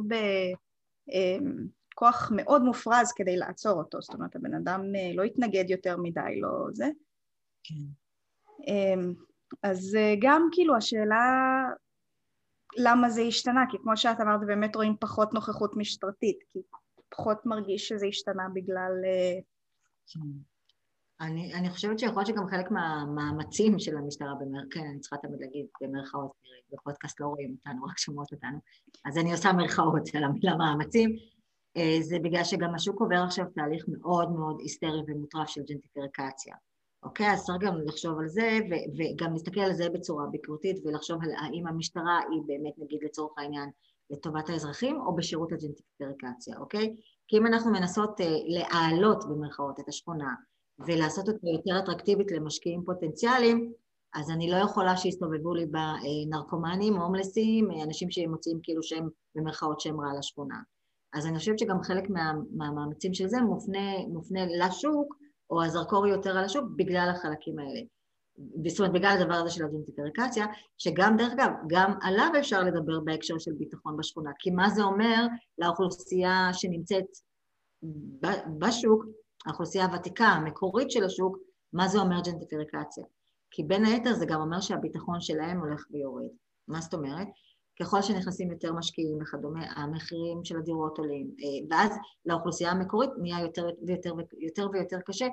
בכוח uh, מאוד מופרז כדי לעצור אותו, זאת אומרת, הבן אדם uh, לא התנגד יותר מדי, לא זה. כן. Um, אז uh, גם כאילו השאלה, למה זה השתנה? כי כמו שאת אמרת, באמת רואים פחות נוכחות משטרתית, כי פחות מרגיש שזה השתנה בגלל... כן. אני, אני חושבת שיכול להיות שגם חלק מהמאמצים של המשטרה במרכאות, כן, אני צריכה תמיד להגיד במרכאות, בפודקאסט לא רואים אותנו, רק שומעות אותנו, אז אני עושה מרכאות של המילה מאמצים, זה בגלל שגם השוק עובר עכשיו תהליך מאוד מאוד היסטרי ומוטרף של ג'נטריפיקציה, אוקיי? אז צריך גם לחשוב על זה, ו- וגם להסתכל על זה בצורה ביקורתית, ולחשוב על האם המשטרה היא באמת, נגיד לצורך העניין, לטובת האזרחים, או בשירות הג'נטריפיקציה, אוקיי? כי אם אנחנו מנסות להעלות במרכאות את השכונה, ולעשות אותה יותר אטרקטיבית למשקיעים פוטנציאליים, אז אני לא יכולה שיסתובבו לי בנרקומנים, הומלסים, אנשים שמוצאים כאילו שהם במרכאות שהם רע לשכונה. אז אני חושבת שגם חלק מה, מהמאמצים של זה מופנה, מופנה לשוק, או הזרקור יותר על השוק, בגלל החלקים האלה. זאת אומרת, בגלל הדבר הזה של הג'נטריפיקציה, שגם דרך אגב, גם עליו אפשר לדבר בהקשר של ביטחון בשכונה, כי מה זה אומר לאוכלוסייה שנמצאת בשוק, האוכלוסייה הוותיקה, המקורית של השוק, מה זה אומר ג'נטריפיקציה? כי בין היתר זה גם אומר שהביטחון שלהם הולך ויורד. מה זאת אומרת? ככל שנכנסים יותר משקיעים וכדומה, המחירים של הדירות עולים, ואז לאוכלוסייה המקורית נהיה יותר ויותר, יותר ויותר קשה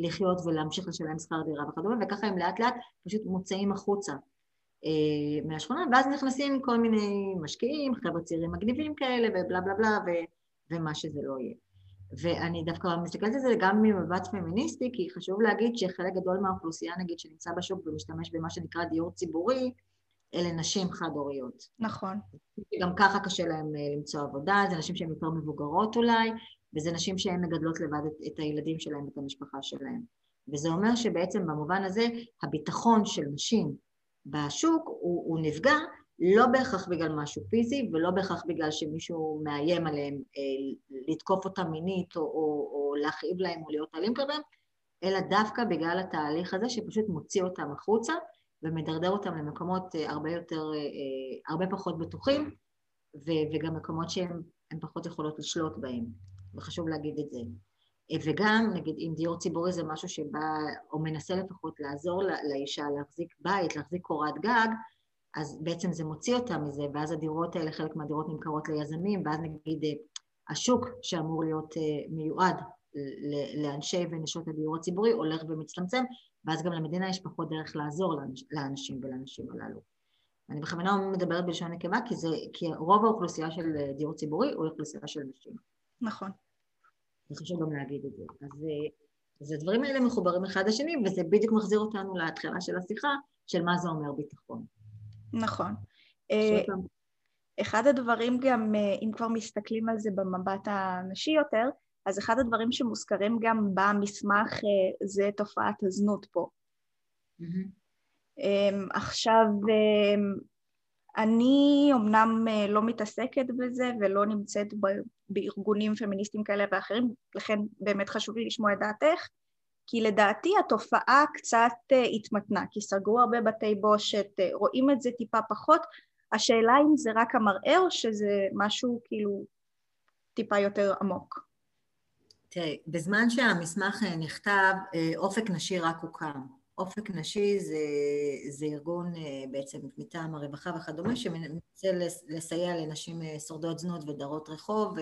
לחיות ולהמשיך לשלם שכר דירה וכדומה, וככה הם לאט לאט פשוט מוצאים החוצה אה, מהשכונה, ואז נכנסים כל מיני משקיעים, חבר'ה צעירים מגניבים כאלה, ובלה בלה בלה, ו, ומה שזה לא יהיה. ואני דווקא מסתכלת על זה גם ממבט פמיניסטי, כי חשוב להגיד שחלק גדול מהאוכלוסייה, נגיד, שנמצא בשוק ומשתמש במה שנקרא דיור ציבורי, אלה נשים חד-הוריות. נכון. גם ככה קשה להם למצוא עבודה, זה נשים שהן יותר מבוגרות אולי, וזה נשים שהן מגדלות לבד את, את הילדים שלהם ואת המשפחה שלהם. וזה אומר שבעצם במובן הזה, הביטחון של נשים בשוק הוא, הוא נפגע, לא בהכרח בגלל משהו פיזי, ולא בהכרח בגלל שמישהו מאיים עליהם אה, לתקוף אותם מינית, או, או, או להכאיב להם או להיות אלים כלפיהם, אלא דווקא בגלל התהליך הזה שפשוט מוציא אותם החוצה, ומדרדר אותם למקומות הרבה יותר, הרבה פחות בטוחים, וגם מקומות שהם פחות יכולות לשלוט בהם, וחשוב להגיד את זה. וגם, נגיד, אם דיור ציבורי זה משהו שבא, או מנסה לפחות לעזור לאישה להחזיק בית, להחזיק קורת גג, אז בעצם זה מוציא אותם מזה, ואז הדירות האלה, חלק מהדירות נמכרות ליזמים, ואז נגיד, השוק שאמור להיות מיועד לאנשי ונשות הדיור הציבורי הולך ומצטמצם, ואז גם למדינה יש פחות דרך לעזור לאנשים ולאנשים הללו. אני בכוונה מדברת בלשון נקבה, כי, זה, כי רוב האוכלוסייה של דיור ציבורי הוא אוכלוסייה של נשים. נכון. זה חשוב גם להגיד את זה. אז, אז הדברים האלה מחוברים אחד לשני, וזה בדיוק מחזיר אותנו להתחלה של השיחה, של מה זה אומר ביטחון. נכון. אחד הדברים גם, אם כבר מסתכלים על זה במבט הנשי יותר, אז אחד הדברים שמוזכרים גם במסמך זה תופעת הזנות פה. Mm-hmm. עכשיו, אני אמנם לא מתעסקת בזה ולא נמצאת בארגונים פמיניסטיים כאלה ואחרים, לכן באמת חשוב לי לשמוע את דעתך, כי לדעתי התופעה קצת התמתנה, כי סגרו הרבה בתי בושת, רואים את זה טיפה פחות, השאלה אם זה רק המראה או שזה משהו כאילו טיפה יותר עמוק. תראי, בזמן שהמסמך נכתב, אופק נשי רק הוקם. אופק נשי זה, זה ארגון בעצם מטעם הרווחה וכדומה, שמנסה לסייע לנשים שורדות זנות ודרות רחוב,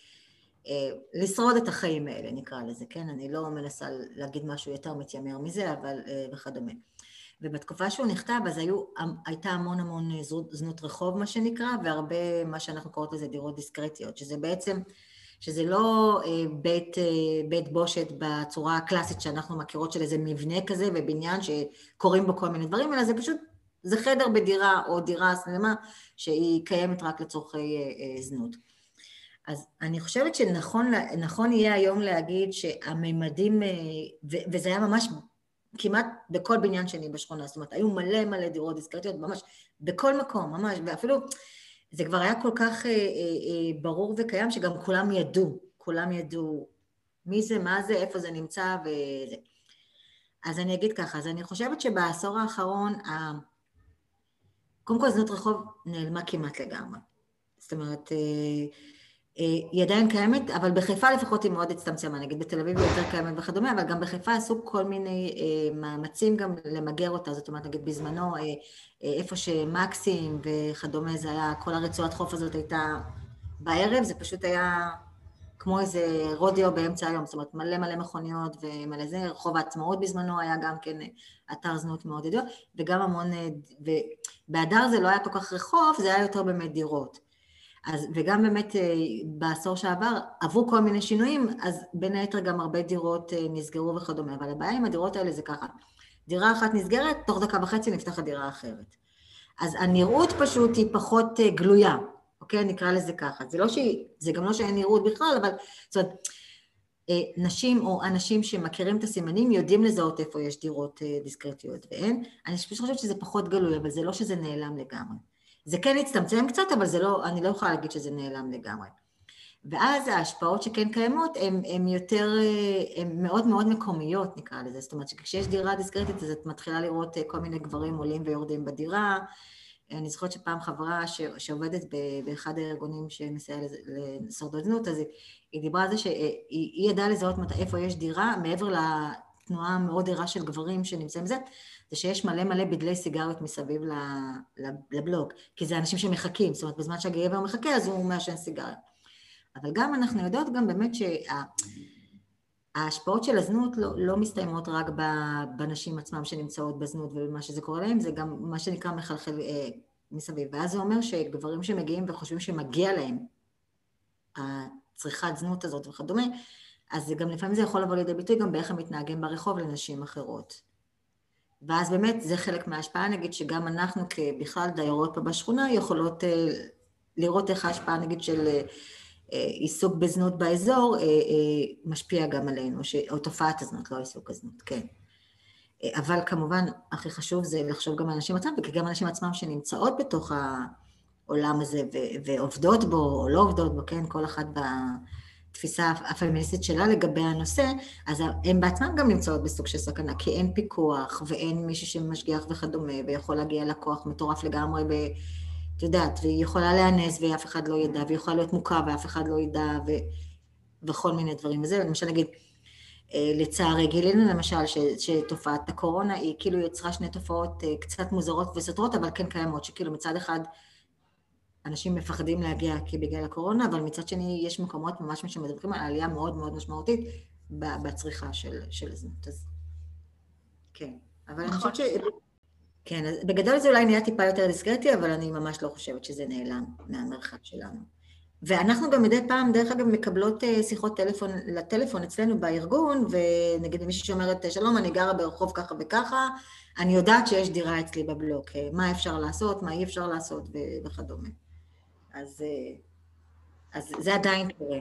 ולשרוד את החיים האלה, נקרא לזה, כן? אני לא מנסה להגיד משהו יותר מתיימר מזה, אבל וכדומה. ובתקופה שהוא נכתב, אז היו, הייתה המון המון זנות רחוב, מה שנקרא, והרבה מה שאנחנו קוראות לזה דירות דיסקרטיות, שזה בעצם... שזה לא בית, בית בושת בצורה הקלאסית שאנחנו מכירות של איזה מבנה כזה ובניין שקוראים בו כל מיני דברים, אלא זה פשוט, זה חדר בדירה או דירה סלמה שהיא קיימת רק לצורכי זנות. אז אני חושבת שנכון נכון יהיה היום להגיד שהממדים, וזה היה ממש כמעט בכל בניין שני בשכונה, זאת אומרת, היו מלא מלא דירות דיסקרטיות, ממש בכל מקום, ממש, ואפילו... זה כבר היה כל כך אה, אה, ברור וקיים שגם כולם ידעו, כולם ידעו מי זה, מה זה, איפה זה נמצא וזה. אז אני אגיד ככה, אז אני חושבת שבעשור האחרון, ה... קודם כל זנות רחוב נעלמה כמעט לגמרי. זאת אומרת, אה, אה, היא עדיין קיימת, אבל בחיפה לפחות היא מאוד הצטמצמה, נגיד בתל אביב היא יותר קיימת וכדומה, אבל גם בחיפה עשו כל מיני אה, מאמצים גם למגר אותה, זאת אומרת, נגיד בזמנו, אה, איפה שמקסים וכדומה, זה היה, כל הרצועת חוף הזאת הייתה בערב, זה פשוט היה כמו איזה רודיו באמצע היום, זאת אומרת מלא מלא מכוניות ומלא זה, רחוב העצמאות בזמנו היה גם כן אתר זנות מאוד ידוע, וגם המון, ובהדר זה לא היה כל כך רחוב, זה היה יותר באמת דירות. אז, וגם באמת בעשור שעבר עברו כל מיני שינויים, אז בין היתר גם הרבה דירות נסגרו וכדומה, אבל הבעיה עם הדירות האלה זה ככה, דירה אחת נסגרת, תוך דקה וחצי נפתחת דירה אחרת. אז הנראות פשוט היא פחות גלויה, אוקיי? נקרא לזה ככה. זה לא שהיא, זה גם לא שאין נראות בכלל, אבל זאת אומרת, נשים או אנשים שמכירים את הסימנים יודעים לזהות איפה יש דירות דיסקרטיות ואין. אני פשוט חושבת שזה פחות גלוי, אבל זה לא שזה נעלם לגמרי. זה כן הצטמצם קצת, אבל זה לא, אני לא יכולה להגיד שזה נעלם לגמרי. ואז ההשפעות שכן קיימות הן, הן יותר, הן מאוד מאוד מקומיות נקרא לזה, זאת אומרת שכשיש דירה דיסקרטית אז את מתחילה לראות כל מיני גברים עולים ויורדים בדירה, אני זוכרת שפעם חברה ש, שעובדת באחד הארגונים שמסייע לשורדות זנות, אז היא דיברה על זה שהיא ידעה לזהות איפה יש דירה, מעבר לתנועה המאוד ערה של גברים שנמצאים בזה, זה שיש מלא מלא בדלי סיגריות מסביב לבלוק, כי זה אנשים שמחכים, זאת אומרת בזמן שהגבר מחכה אז הוא מעשן סיגריה. אבל גם אנחנו יודעות גם באמת ההשפעות של הזנות לא, לא מסתיימות רק בנשים עצמם שנמצאות בזנות ובמה שזה קורה להם, זה גם מה שנקרא מחלחל אה, מסביב. ואז זה אומר שגברים שמגיעים וחושבים שמגיע להם הצריכת זנות הזאת וכדומה, אז גם לפעמים זה יכול לבוא לידי ביטוי גם באיך הם מתנהגים ברחוב לנשים אחרות. ואז באמת זה חלק מההשפעה, נגיד שגם אנחנו כבכלל דיירות פה בשכונה יכולות אה, לראות איך ההשפעה נגיד של אה, עיסוק בזנות באזור משפיע גם עלינו, או תופעת הזנות, לא עיסוק הזנות, כן. אבל כמובן, הכי חשוב זה לחשוב גם על אנשים עצמם, וכי גם אנשים עצמם שנמצאות בתוך העולם הזה, ועובדות בו, או לא עובדות בו, כן, כל אחת בתפיסה הפמיניסטית שלה לגבי הנושא, אז הן בעצמם גם נמצאות בסוג של סכנה, כי אין פיקוח, ואין מישהו שמשגיח וכדומה, ויכול להגיע לקוח מטורף לגמרי ב... את יודעת, והיא יכולה להיאנס ואף אחד לא ידע, והיא יכולה להיות מוכה ואף אחד לא ידע, ו... וכל מיני דברים וזה. למשל נגיד, לצערי גילינו למשל ש... שתופעת הקורונה היא כאילו יצרה שני תופעות קצת מוזרות וסותרות, אבל כן קיימות, שכאילו מצד אחד אנשים מפחדים להגיע כי בגלל הקורונה, אבל מצד שני יש מקומות ממש שמדברים על עלייה מאוד מאוד משמעותית בצריכה של, של הזנות. אז כן, אבל אני חושבת ש... כן, אז בגדול זה אולי נהיה טיפה יותר דיסקרטי, אבל אני ממש לא חושבת שזה נעלם מהמרחב שלנו. ואנחנו גם מדי פעם, דרך אגב, מקבלות שיחות טלפון, לטלפון אצלנו בארגון, ונגיד מישהי שאומרת, שלום, אני גרה ברחוב ככה וככה, אני יודעת שיש דירה אצלי בבלוק, מה אפשר לעשות, מה אי אפשר לעשות וכדומה. אז, אז זה עדיין קורה.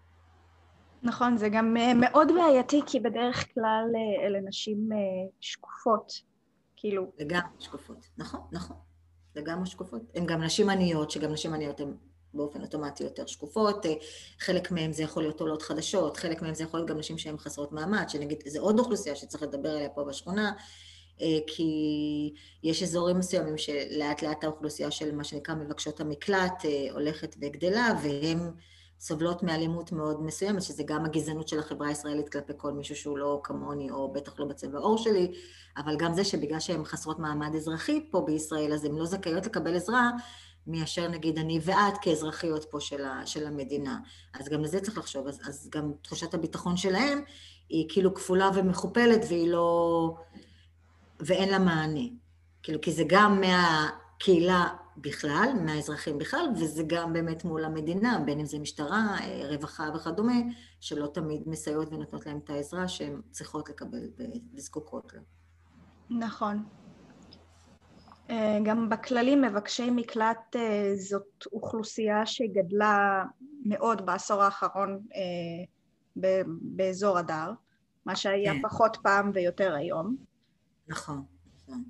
נכון, זה גם מאוד בעייתי, כי בדרך כלל אלה נשים שקופות. כאילו... לגמרי שקופות, נכון, נכון, לגמרי שקופות. הן גם נשים עניות, שגם נשים עניות הן באופן אוטומטי יותר שקופות, חלק מהן זה יכול להיות עולות חדשות, חלק מהן זה יכול להיות גם נשים שהן חסרות מעמד, שנגיד, זה עוד אוכלוסייה שצריך לדבר עליה פה בשכונה, כי יש אזורים מסוימים שלאט לאט האוכלוסייה של מה שנקרא מבקשות המקלט הולכת וגדלה, והן סובלות מאלימות מאוד מסוימת, שזה גם הגזענות של החברה הישראלית כלפי כל מישהו שהוא לא כמוני, או בטח לא בצבע העור שלי, אבל גם זה שבגלל שהן חסרות מעמד אזרחי פה בישראל, אז הן לא זכאיות לקבל עזרה, מאשר נגיד אני ואת כאזרחיות פה של, ה, של המדינה. אז גם לזה צריך לחשוב, אז, אז גם תחושת הביטחון שלהם היא כאילו כפולה ומכופלת, והיא לא... ואין לה מענה. כאילו, כי זה גם מהקהילה בכלל, מהאזרחים בכלל, וזה גם באמת מול המדינה, בין אם זה משטרה, רווחה וכדומה, שלא תמיד מסייעות ונותנות להם את העזרה שהן צריכות לקבל וזקוקות לה. נכון. גם בכללים מבקשי מקלט זאת אוכלוסייה שגדלה מאוד בעשור האחרון באזור הדר, מה שהיה פחות פעם ויותר היום. נכון, נכון.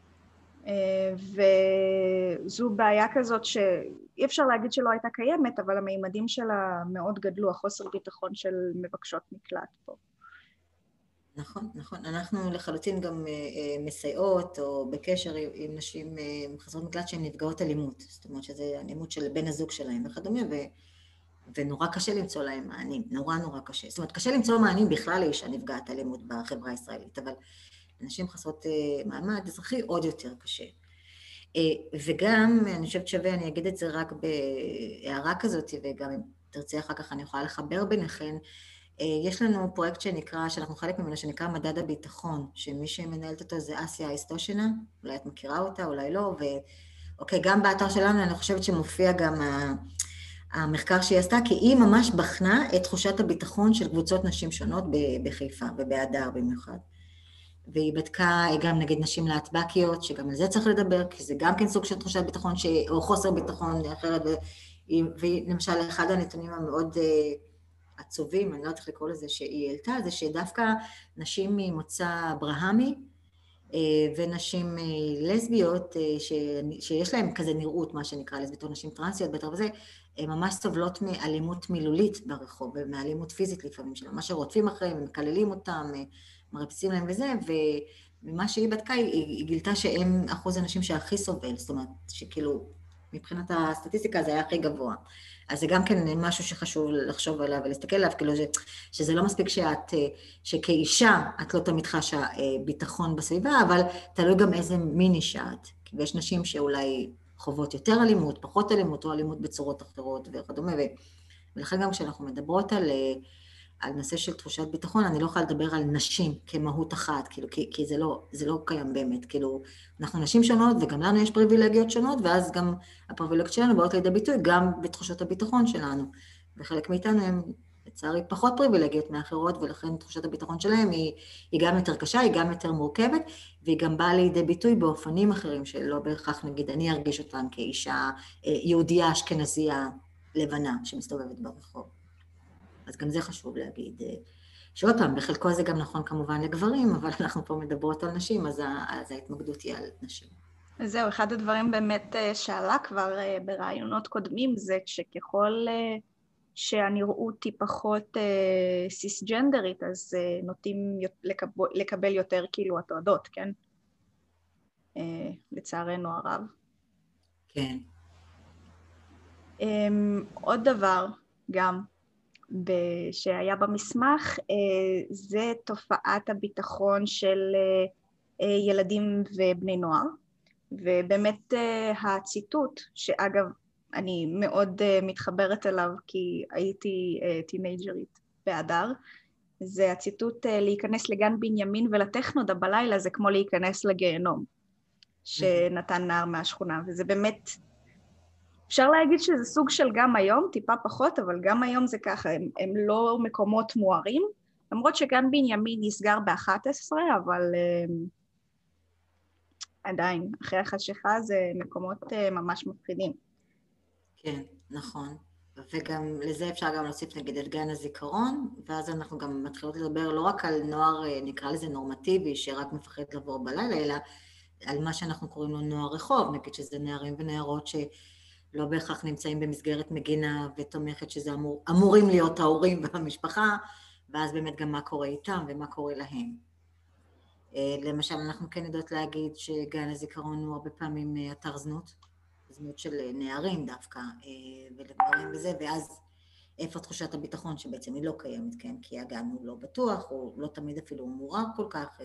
וזו בעיה כזאת שאי אפשר להגיד שלא הייתה קיימת, אבל המימדים שלה מאוד גדלו, החוסר ביטחון של מבקשות מקלט פה. נכון, נכון. אנחנו לחלוטין גם מסייעות או בקשר עם נשים חסרות מקלט שהן נפגעות אלימות. זאת אומרת שזה אלימות של בן הזוג שלהם וכדומה, ו... ונורא קשה למצוא להם מענים, נורא נורא קשה. זאת אומרת, קשה למצוא מענים בכלל לאישה נפגעת אלימות בחברה הישראלית, אבל נשים חסרות מעמד אזרחי עוד יותר קשה. וגם, אני חושבת שווה, אני אגיד את זה רק בהערה כזאת, וגם אם תרצי אחר כך אני יכולה לחבר ביניכן, יש לנו פרויקט שנקרא, שאנחנו חלק ממנו, שנקרא מדד הביטחון, שמי שמנהלת אותו זה אסיה איסטושינה, אולי את מכירה אותה, אולי לא, ואוקיי, גם באתר שלנו אני חושבת שמופיע גם המחקר שהיא עשתה, כי היא ממש בחנה את תחושת הביטחון של קבוצות נשים שונות בחיפה, ובהדר במיוחד. והיא בדקה גם נגד נשים להטבקיות, שגם על זה צריך לדבר, כי זה גם כן סוג של תחושת ביטחון, ש... או חוסר ביטחון אחרת, ולמשל אחד הנתונים המאוד עצובים, אני לא יודעת איך לקרוא לזה, שהיא העלתה, זה שדווקא נשים ממוצא אברהמי, ונשים לסביות, ש... שיש להן כזה נראות, מה שנקרא לסביות, או נשים טרנסיות, בטח וזה, הן ממש סובלות מאלימות מילולית ברחוב, ומאלימות פיזית לפעמים, שממש שרודפים אחריהם, מקללים אותם, מרפסים להם וזה, וממה שהיא בדקה, היא, היא גילתה שהם אחוז האנשים שהכי סובל, זאת אומרת, שכאילו, מבחינת הסטטיסטיקה זה היה הכי גבוה. אז זה גם כן משהו שחשוב לחשוב עליו ולהסתכל עליו, כאילו זה, שזה לא מספיק שאת, שכאישה את לא תמיד חשה ביטחון בסביבה, אבל תלוי גם איזה מין אישה את. כי יש נשים שאולי חוות יותר אלימות, פחות אלימות, או אלימות בצורות אחרות וכדומה, ולכן גם כשאנחנו מדברות על... על נושא של תחושת ביטחון, אני לא יכולה לדבר על נשים כמהות אחת, כאילו, כי, כי זה לא, זה לא קיים באמת, כאילו, אנחנו נשים שונות, וגם לנו יש פריבילגיות שונות, ואז גם הפריבילגיות שלנו באות לידי ביטוי גם בתחושות הביטחון שלנו, וחלק מאיתנו הם, לצערי, פחות פריבילגיות מאחרות, ולכן תחושת הביטחון שלהם היא, היא גם יותר קשה, היא גם יותר מורכבת, והיא גם באה לידי ביטוי באופנים אחרים, שלא בהכרח, נגיד, אני ארגיש אותם כאישה יהודייה, אשכנזייה, לבנה, שמסתובבת ברחוב. אז גם זה חשוב להגיד, שעוד פעם, בחלקו זה גם נכון כמובן לגברים, אבל אנחנו פה מדברות על נשים, אז, אז ההתמקדות היא על נשים. זהו, אחד הדברים באמת שעלה כבר ברעיונות קודמים, זה שככל שהנראות היא פחות סיסג'נדרית, אז נוטים לקבל, לקבל יותר כאילו הטרדות, כן? לצערנו הרב. כן. עוד דבר גם, שהיה במסמך, זה תופעת הביטחון של ילדים ובני נוער, ובאמת הציטוט, שאגב אני מאוד מתחברת אליו כי הייתי טינג'רית באדר, זה הציטוט להיכנס לגן בנימין ולטכנודה בלילה זה כמו להיכנס לגיהנום, שנתן נער מהשכונה, וזה באמת אפשר להגיד שזה סוג של גם היום, טיפה פחות, אבל גם היום זה ככה, הם, הם לא מקומות מוארים, למרות שגן בנימין נסגר ב-אחת עשרה, אבל um, עדיין, אחרי החשיכה זה מקומות uh, ממש מפחידים. כן, נכון. וגם לזה אפשר גם להוסיף נגיד את גן הזיכרון, ואז אנחנו גם מתחילות לדבר לא רק על נוער, נקרא לזה נורמטיבי, שרק מפחד לעבור בלילה, אלא על מה שאנחנו קוראים לו נוער רחוב, נגיד שזה נערים ונערות ש... לא בהכרח נמצאים במסגרת מגינה ותומכת שזה אמור, אמורים להיות ההורים והמשפחה, ואז באמת גם מה קורה איתם ומה קורה להם. למשל, אנחנו כן יודעות להגיד שגן הזיכרון הוא הרבה פעמים אתר זנות, זנות של נערים דווקא, ולגברים בזה, ואז איפה תחושת הביטחון שבעצם היא לא קיימת, כן? כי הגן הוא לא בטוח, הוא לא תמיד אפילו מואר כל כך,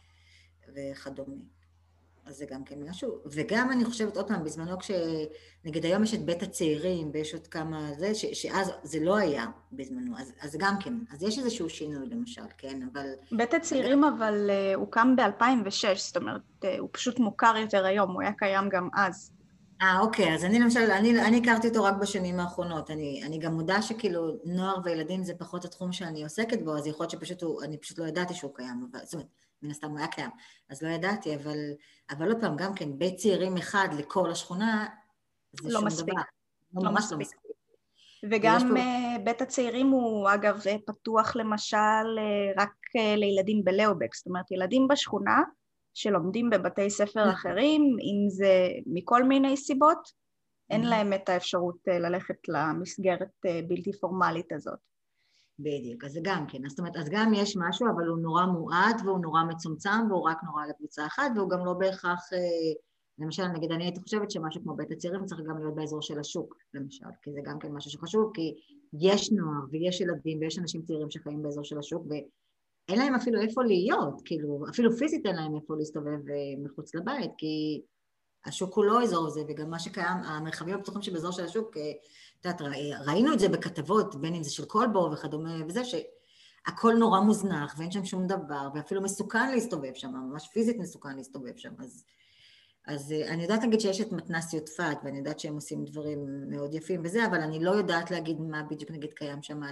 וכדומה. אז זה גם כן משהו, וגם אני חושבת עוד פעם, בזמנו כשנגיד היום יש את בית הצעירים ויש עוד כמה זה, ש, שאז זה לא היה בזמנו, אז, אז גם כן, אז יש איזשהו שינוי למשל, כן, אבל... בית הצעירים אבל, אבל uh, הוא קם ב-אלפיים ושש, זאת אומרת, uh, הוא פשוט מוכר יותר היום, הוא היה קיים גם אז. אה, אוקיי, אז אני למשל, אני, אני הכרתי אותו רק בשנים האחרונות, אני, אני גם מודה שכאילו נוער וילדים זה פחות התחום שאני עוסקת בו, אז יכול להיות שפשוט הוא, אני פשוט לא ידעתי שהוא קיים, אבל, זאת אומרת, מן הסתם הוא היה קיים, אז לא ידעתי, אבל, אבל לא פעם, גם כן, בית צעירים אחד לכל השכונה, זה לא שום מספיק. דבר. לא ממש מספיק. לא מספיק. וגם פה... בית הצעירים הוא אגב פתוח למשל רק לילדים בלאובק, זאת אומרת ילדים בשכונה שלומדים בבתי ספר אחרים, אם זה מכל מיני סיבות, אין להם את האפשרות ללכת למסגרת בלתי פורמלית הזאת. בדיוק, אז זה גם כן, זאת אומרת, אז גם יש משהו, אבל הוא נורא מועט והוא נורא מצומצם והוא רק נורא לקבוצה אחת, והוא גם לא בהכרח, למשל, נגיד, אני הייתי חושבת שמשהו כמו בית הצעירים צריך גם להיות באזור של השוק, למשל, כי זה גם כן משהו שחשוב, כי יש נוער ויש ילדים ויש אנשים צעירים שחיים באזור של השוק, ואין להם אפילו איפה להיות, כאילו, אפילו פיזית אין להם איפה להסתובב מחוץ לבית, כי השוק הוא לא אזור זה, וגם מה שקיים, המרחבים הפתוחים שבאזור של השוק, תעת, ראינו את זה בכתבות, בין אם זה של קולבור וכדומה, וזה שהכל נורא מוזנח, ואין שם שום דבר, ואפילו מסוכן להסתובב שם, ממש פיזית מסוכן להסתובב שם, אז, אז אני יודעת להגיד שיש את מתנ"ס יודפת, ואני יודעת שהם עושים דברים מאוד יפים וזה, אבל אני לא יודעת להגיד מה בדיוק נגיד קיים שם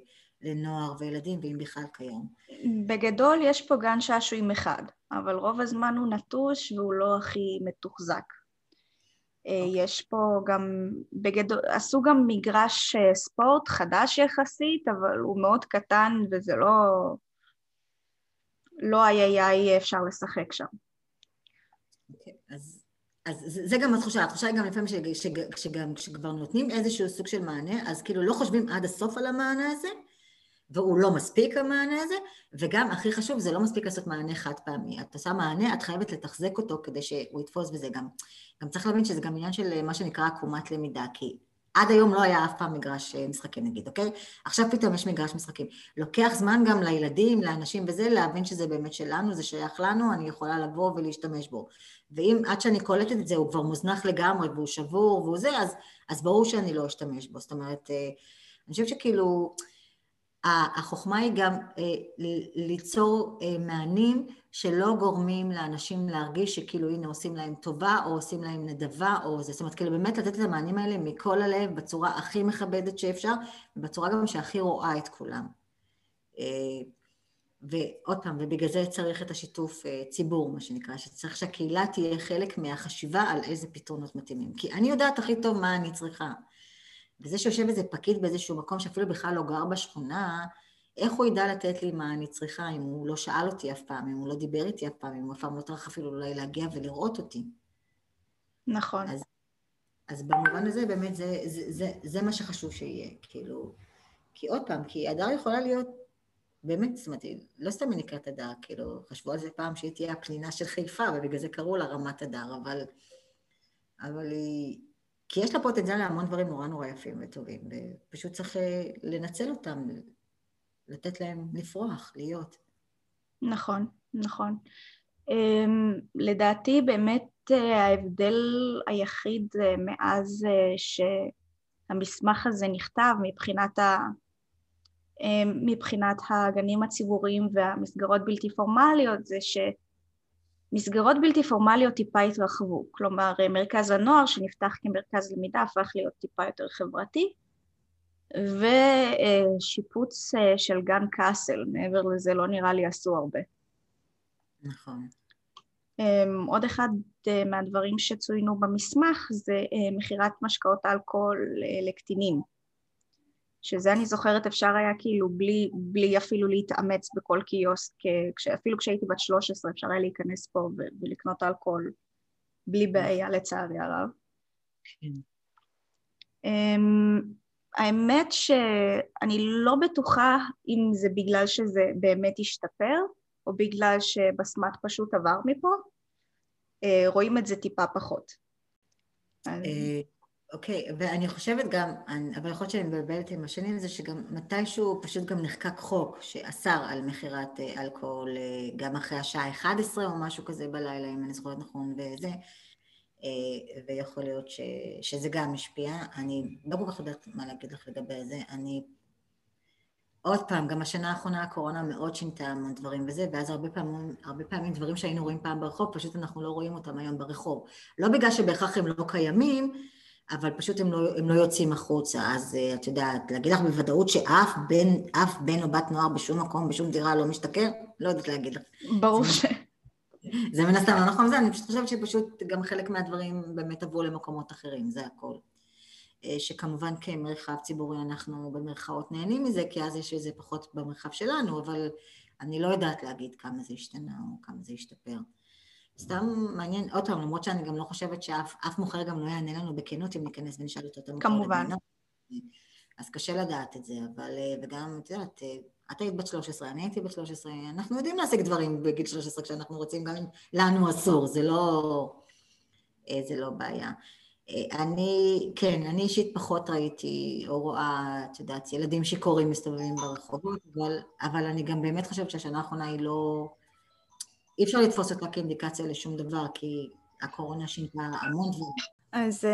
לנוער וילדים, ואם בכלל קיים. בגדול יש פה גן שעשועים אחד, אבל רוב הזמן הוא נטוש והוא לא הכי מתוחזק. Okay. יש פה גם, בגדול, עשו גם מגרש ספורט חדש יחסית, אבל הוא מאוד קטן וזה לא, לא היה אפשר לשחק שם. Okay. אז, אז זה גם התחושה, התחושה היא גם לפעמים שגם כשכבר נותנים איזשהו סוג של מענה, אז כאילו לא חושבים עד הסוף על המענה הזה, והוא לא מספיק המענה הזה, וגם הכי חשוב, זה לא מספיק לעשות מענה חד פעמי. את עושה מענה, את חייבת לתחזק אותו כדי שהוא יתפוס בזה גם. גם צריך להבין שזה גם עניין של מה שנקרא עקומת למידה, כי עד היום לא היה אף פעם מגרש משחקים נגיד, אוקיי? עכשיו פתאום יש מגרש משחקים. לוקח זמן גם לילדים, לאנשים וזה, להבין שזה באמת שלנו, זה שייך לנו, אני יכולה לבוא ולהשתמש בו. ואם עד שאני קולטת את זה, הוא כבר מוזנח לגמרי, והוא שבור, והוא זה, אז, אז ברור שאני לא אשתמש בו. זאת אומרת, אני חושבת שכאילו, החוכמה היא גם ליצור מענים שלא גורמים לאנשים להרגיש שכאילו הנה עושים להם טובה או עושים להם נדבה או זה, זאת אומרת כאילו באמת לתת את המענים האלה מכל הלב בצורה הכי מכבדת שאפשר ובצורה גם שהכי רואה את כולם. ועוד פעם, ובגלל זה צריך את השיתוף ציבור, מה שנקרא, שצריך שהקהילה תהיה חלק מהחשיבה על איזה פתרונות מתאימים, כי אני יודעת הכי טוב מה אני צריכה. וזה שיושב איזה פקיד באיזשהו מקום שאפילו בכלל לא גר בשכונה, איך הוא ידע לתת לי מה אני צריכה, אם הוא לא שאל אותי אף פעם, אם הוא לא דיבר איתי אף פעם, אם הוא אף פעם לא טרח אפילו אולי להגיע ולראות אותי. נכון. אז, אז במובן הזה באמת זה, זה, זה, זה מה שחשוב שיהיה, כאילו, כי עוד פעם, כי הדר יכולה להיות, באמת, זאת אומרת, לא סתם היא נקראת הדר, כאילו, חשבו על זה פעם שהיא תהיה הפנינה של חיפה, ובגלל זה קראו לה רמת הדר, אבל, אבל היא, כי יש לה פוטנציאל להמון דברים נורא נורא יפים וטובים, ופשוט צריך לנצל אותם, לתת להם לפרוח, להיות. נכון, נכון. לדעתי באמת ההבדל היחיד מאז שהמסמך הזה נכתב מבחינת ה... מבחינת הגנים הציבוריים והמסגרות בלתי פורמליות זה שמסגרות בלתי פורמליות טיפה התרחבו, כלומר מרכז הנוער שנפתח כמרכז למידה הפך להיות טיפה יותר חברתי, ושיפוץ של גן קאסל, מעבר לזה לא נראה לי עשו הרבה. נכון. עוד אחד מהדברים שצוינו במסמך זה מחירת משקאות אלכוהול לקטינים, שזה אני זוכרת אפשר היה כאילו בלי, בלי אפילו להתאמץ בכל קיוסק, אפילו כשהייתי בת שלוש עשרה אפשר היה להיכנס פה ולקנות אלכוהול בלי בעיה לצערי הרב. כן. האמת שאני לא בטוחה אם זה בגלל שזה באמת השתפר, או בגלל שבסמת פשוט עבר מפה, רואים את זה טיפה פחות. אוקיי, ואני חושבת גם, אבל יכול להיות שאני מבלבלת עם השנים, זה שגם מתישהו פשוט גם נחקק חוק שאסר על מחירת אלכוהול גם אחרי השעה אחת עשרה או משהו כזה בלילה, אם אני זוכרת נכון, וזה, ויכול להיות ש, שזה גם משפיע. אני לא כל כך יודעת מה להגיד לך לגבי זה, אני עוד פעם, גם השנה האחרונה הקורונה מאוד שינתה המון דברים וזה, ואז הרבה פעמים, הרבה פעמים דברים שהיינו רואים פעם ברחוב, פשוט אנחנו לא רואים אותם היום ברחוב. לא בגלל שבהכרח הם לא קיימים, אבל פשוט הם לא, הם לא יוצאים החוצה. אז את יודעת, להגיד לך בוודאות שאף בן, אף בן או בת נוער בשום מקום, בשום דירה לא משתכר, לא יודעת להגיד לך. ברור ש... זה מן הסתם לא נכון, זה, אני פשוט חושבת שפשוט גם חלק מהדברים באמת עברו למקומות אחרים, זה הכל. שכמובן כמרחב ציבורי אנחנו במרכאות נהנים מזה, כי אז יש איזה פחות במרחב שלנו, אבל אני לא יודעת להגיד כמה זה השתנה או כמה זה השתפר. סתם מעניין, עוד פעם, למרות שאני גם לא חושבת שאף מוכר גם לא יענה לנו בכנות אם ניכנס ונשאל אותו את המוכר. כמובן. אז קשה לדעת את זה, אבל וגם, את יודעת, את היית בת שלוש עשרה, אני הייתי בת שלוש עשרה, אנחנו יודעים להשיג דברים בגיל שלוש עשרה כשאנחנו רוצים, גם אם לנו אסור, זה לא, זה לא בעיה. אני, כן, אני אישית פחות ראיתי או רואה, את יודעת, ילדים שיכורים מסתובבים ברחובות, אבל, אבל אני גם באמת חושבת שהשנה האחרונה היא לא, אי אפשר לתפוס אותה כאינדיקציה לשום דבר, כי הקורונה שינתה המון דברים. אז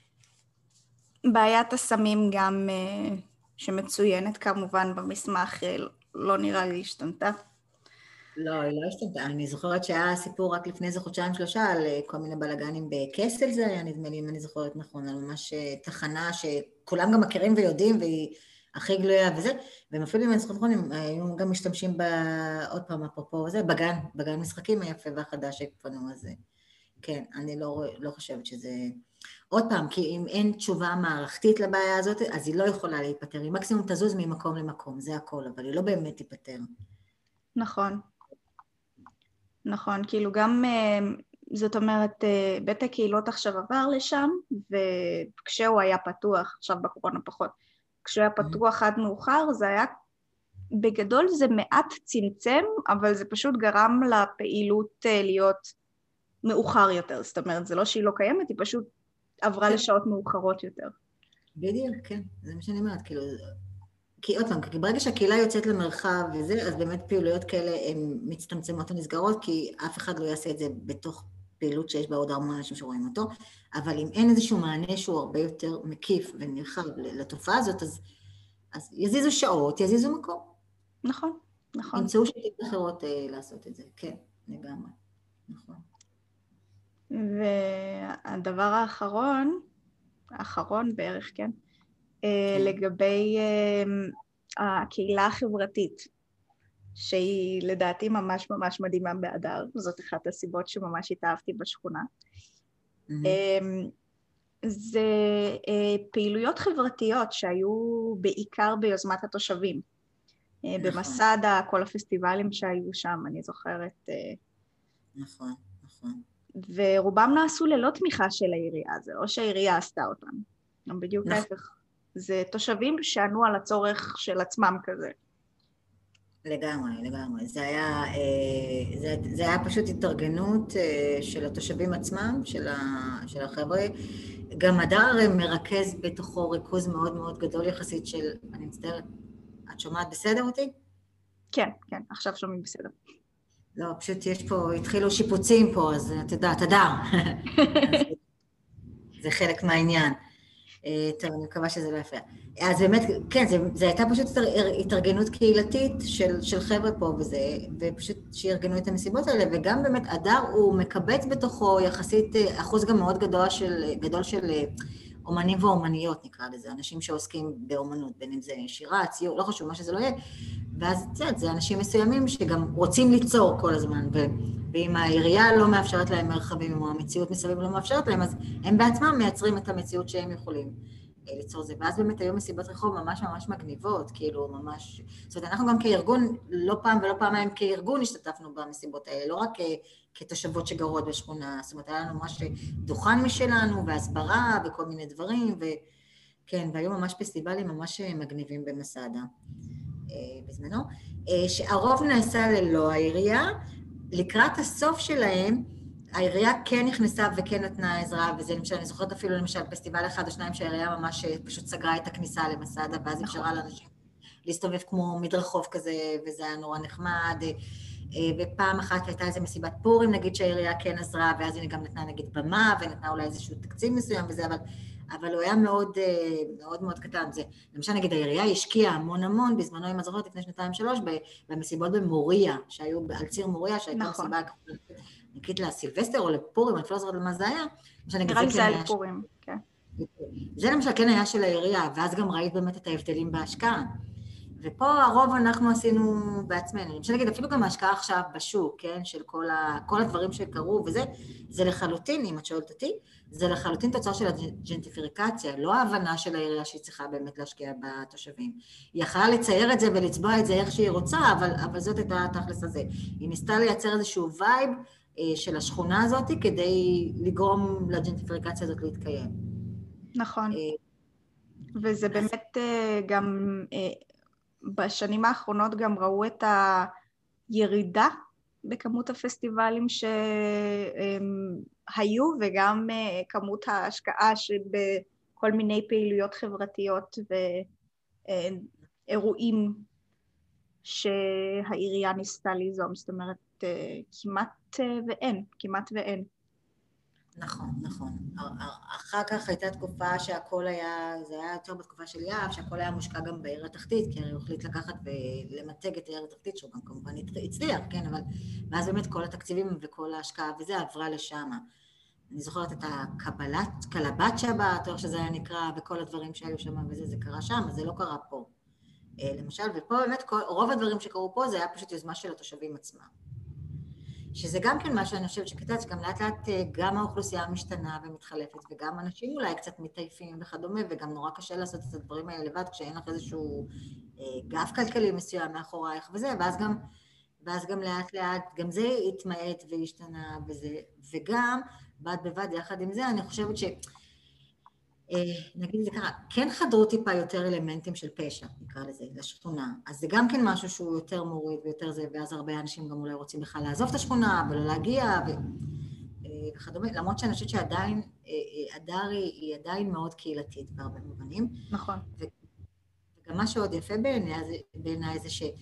בעיית הסמים גם שמצוינת כמובן במסמך, לא נראה לי השתנתה. לא, היא לא השתנתה. אני זוכרת שהיה סיפור רק לפני איזה חודשיים שלושה על כל מיני בלגנים בקסל זה היה, נדמה לי, אם אני זוכרת נכון, על ממש תחנה שכולם גם מכירים ויודעים, והיא הכי גלויה וזה, והם אפילו אם אני זוכרת נכון, הם היו גם משתמשים בעוד פעם אפרופו הזה, בגן, בגן משחקים היפה והחדש שפנו הזה. כן, אני לא, לא חושבת שזה... עוד פעם, כי אם אין תשובה מערכתית לבעיה הזאת, אז היא לא יכולה להיפטר, היא מקסימום תזוז ממקום למקום, זה הכל, אבל היא לא באמת תיפטר. נכון. נכון, כאילו גם, זאת אומרת, בית הקהילות עכשיו עבר לשם, וכשהוא היה פתוח, עכשיו בקורונה פחות, כשהוא היה פתוח עד מאוחר, זה היה, בגדול זה מעט צמצם, אבל זה פשוט גרם לפעילות להיות מאוחר יותר, זאת אומרת, זה לא שהיא לא קיימת, היא פשוט עברה לשעות מאוחרות יותר. בדיוק, כן, זה מה שאני אומרת, כאילו, כי עוד פעם, כי ברגע שהקהילה יוצאת למרחב וזה, אז באמת פעילויות כאלה הן מצטמצמות ונסגרות, כי אף אחד לא יעשה את זה בתוך פעילות שיש בה עוד המון אנשים שרואים אותו, אבל אם אין איזשהו מענה שהוא הרבה יותר מקיף ונרחב לתופעה הזאת, אז, אז יזיזו שעות, יזיזו מקום. נכון, נכון. ימצאו שיטות אחרות לעשות את זה, כן, לגמרי, נכון. והדבר האחרון, האחרון בערך, כן, כן. לגבי הקהילה החברתית, שהיא לדעתי ממש ממש מדהימה באדר, זאת אחת הסיבות שממש התאהבתי בשכונה. Mm-hmm. זה פעילויות חברתיות שהיו בעיקר ביוזמת התושבים. נכון. במסעדה, כל הפסטיבלים שהיו שם, אני זוכרת. נכון, נכון. ורובם נעשו ללא תמיכה של העירייה, זה לא שהעירייה עשתה אותם. בדיוק נכון. ההפך. זה תושבים שענו על הצורך של עצמם כזה. לגמרי, לגמרי. זה היה, זה, זה היה פשוט התארגנות של התושבים עצמם, של, ה, של החבר'ה. גם הדר מרכז בתוכו ריכוז מאוד מאוד גדול יחסית של, אני מצטערת, את שומעת בסדר אותי? כן, כן, עכשיו שומעים בסדר. לא, פשוט יש פה, התחילו שיפוצים פה, אז את יודעת, הדר. זה חלק מהעניין. טוב, אני מקווה שזה לא יפריע. אז באמת, כן, זה, זה הייתה פשוט התארגנות קהילתית של, של חבר'ה פה וזה, ופשוט שארגנו את המסיבות האלה, וגם באמת הדר הוא מקבץ בתוכו יחסית אחוז גם מאוד גדול של, גדול של אומנים ואומניות, נקרא לזה, אנשים שעוסקים באומנות, בין אם זה שירה, ציור, לא חשוב, מה שזה לא יהיה, ואז זה, זה אנשים מסוימים שגם רוצים ליצור כל הזמן, ו, ואם העירייה לא מאפשרת להם מרחבים, או המציאות מסביב לא מאפשרת להם, אז הם בעצמם מייצרים את המציאות שהם יכולים ליצור זה. ואז באמת היו מסיבות רחוב ממש ממש מגניבות, כאילו ממש, זאת אומרת, אנחנו גם כארגון, לא פעם ולא פעמיים כארגון השתתפנו במסיבות האלה, לא רק כתושבות שגרות בשכונה, זאת אומרת, היה לנו ממש דוכן משלנו, והסברה, וכל מיני דברים, וכן, והיו ממש פסטיבלים ממש מגניבים במסעדה. בזמנו, שהרוב נעשה ללא העירייה, לקראת הסוף שלהם, העירייה כן נכנסה וכן נתנה עזרה, וזה למשל, אני זוכרת אפילו למשל פסטיבל אחד או שניים שהעירייה ממש פשוט סגרה את הכניסה למסעדה, ואז אפשרה לאנשים להסתובב כמו מדרחוב כזה, וזה היה נורא נחמד, ופעם אחת הייתה איזו מסיבת פורים, נגיד שהעירייה כן עזרה, ואז היא גם נתנה נגיד במה, ונתנה אולי איזשהו תקציב מסוים וזה, אבל אבל הוא היה מאוד, מאוד מאוד קטן. זה, למשל, נגיד, העירייה השקיעה המון המון, בזמנו, אם את זוכרת, לפני שנתיים שלוש, במסיבות במוריה, שהיו על ציר מוריה, שהייתה נכון. מסיבה, נגיד לסילבסטר או לפורים, אני לא זוכרת למה זה היה. נראה לי זה על פורים, כן. זה למשל כן היה של העירייה, ואז גם ראית באמת את ההבדלים בהשקעה. ופה הרוב אנחנו עשינו בעצמנו. למשל, נגיד, אפילו גם ההשקעה עכשיו בשוק, כן, של כל, ה, כל הדברים שקרו, וזה, זה לחלוטין, אם את שואלת אותי, זה לחלוטין תוצר של הג'נטיפיקציה, לא ההבנה של העירייה שהיא צריכה באמת להשקיע בתושבים. היא יכלה לצייר את זה ולצבוע את זה איך שהיא רוצה, אבל, אבל זאת הייתה התכלס הזה. היא ניסתה לייצר איזשהו וייב אה, של השכונה הזאת, כדי לגרום לג'נטיפיקציה הזאת להתקיים. נכון. אה, וזה אז... באמת אה, גם... אה, בשנים האחרונות גם ראו את הירידה בכמות הפסטיבלים שהיו, וגם כמות ההשקעה שבכל מיני פעילויות חברתיות ואירועים שהעירייה ניסתה ליזום, זאת אומרת, כמעט ואין, כמעט ואין. נכון, נכון. אחר כך הייתה תקופה שהכל היה, זה היה יותר בתקופה של יאב, שהכל היה מושקע גם בעיר התחתית, כי הוא החליט לקחת ולמתג את העיר התחתית, שהוא גם כמובן הצליח, כן, אבל ואז באמת כל התקציבים וכל ההשקעה וזה עברה לשם. אני זוכרת את הקבלת, קלבת שבת, או שזה היה נקרא, וכל הדברים שהיו שם וזה, זה קרה שם, אז זה לא קרה פה. למשל, ופה באמת כל, רוב הדברים שקרו פה זה היה פשוט יוזמה של התושבים עצמם. שזה גם כן מה שאני חושבת שקטעת, שגם לאט לאט גם האוכלוסייה משתנה ומתחלפת, וגם אנשים אולי קצת מתעייפים וכדומה, וגם נורא קשה לעשות את הדברים האלה לבד, כשאין לך איזשהו גף כלכלי מסוים מאחורייך וזה, ואז גם, ואז גם לאט לאט, גם זה התמעט והשתנה וזה, וגם בד בבד יחד עם זה, אני חושבת ש... נגיד את זה ככה, כן חדרו טיפה יותר אלמנטים של פשע, נקרא לזה, לשכונה. אז זה גם כן משהו שהוא יותר מוריד ויותר זה, ואז הרבה אנשים גם אולי רוצים בכלל לעזוב את השכונה ולא להגיע וכדומה, למרות שאני חושבת שעדיין, הדר היא עדיין מאוד קהילתית בהרבה מובנים. נכון. וגם מה שעוד יפה בעיניי זה ש...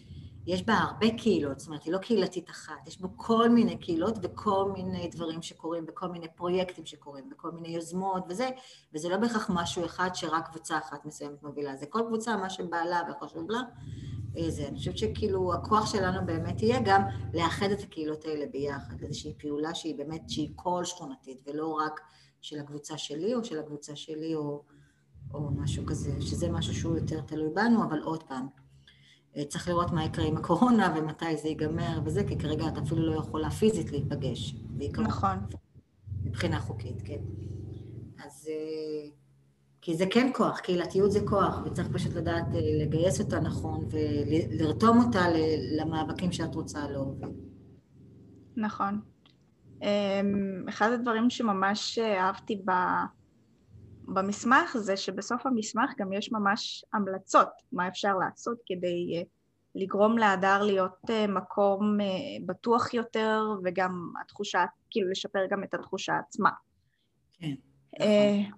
יש בה הרבה קהילות, זאת אומרת, היא לא קהילתית אחת, יש בו כל מיני קהילות וכל מיני דברים שקורים, וכל מיני פרויקטים שקורים, וכל מיני יוזמות וזה, וזה לא בהכרח משהו אחד שרק קבוצה אחת מסוימת מובילה, זה כל קבוצה, מה שבעלה וחשוב לה, זה, אני חושבת שכאילו הכוח שלנו באמת יהיה גם לאחד את הקהילות האלה ביחד, איזושהי פעולה שהיא באמת, שהיא כל שכונתית, ולא רק של הקבוצה שלי או של הקבוצה שלי או, או משהו כזה, שזה משהו שהוא יותר תלוי בנו, אבל עוד פעם, צריך לראות מה יקרה עם הקורונה ומתי זה ייגמר וזה, כי כרגע אתה אפילו לא יכולה פיזית להיפגש, בעיקרון. נכון. מבחינה חוקית, כן. אז, כי זה כן כוח, קהילתיות זה כוח, וצריך פשוט לדעת לגייס אותה נכון, ולרתום אותה למאבקים שאת רוצה להוביל. נכון. אחד הדברים שממש אהבתי במסמך זה שבסוף המסמך גם יש ממש המלצות, מה אפשר לעשות כדי לגרום להדר להיות מקום בטוח יותר, וגם התחושה, כאילו לשפר גם את התחושה עצמה. כן, נכון.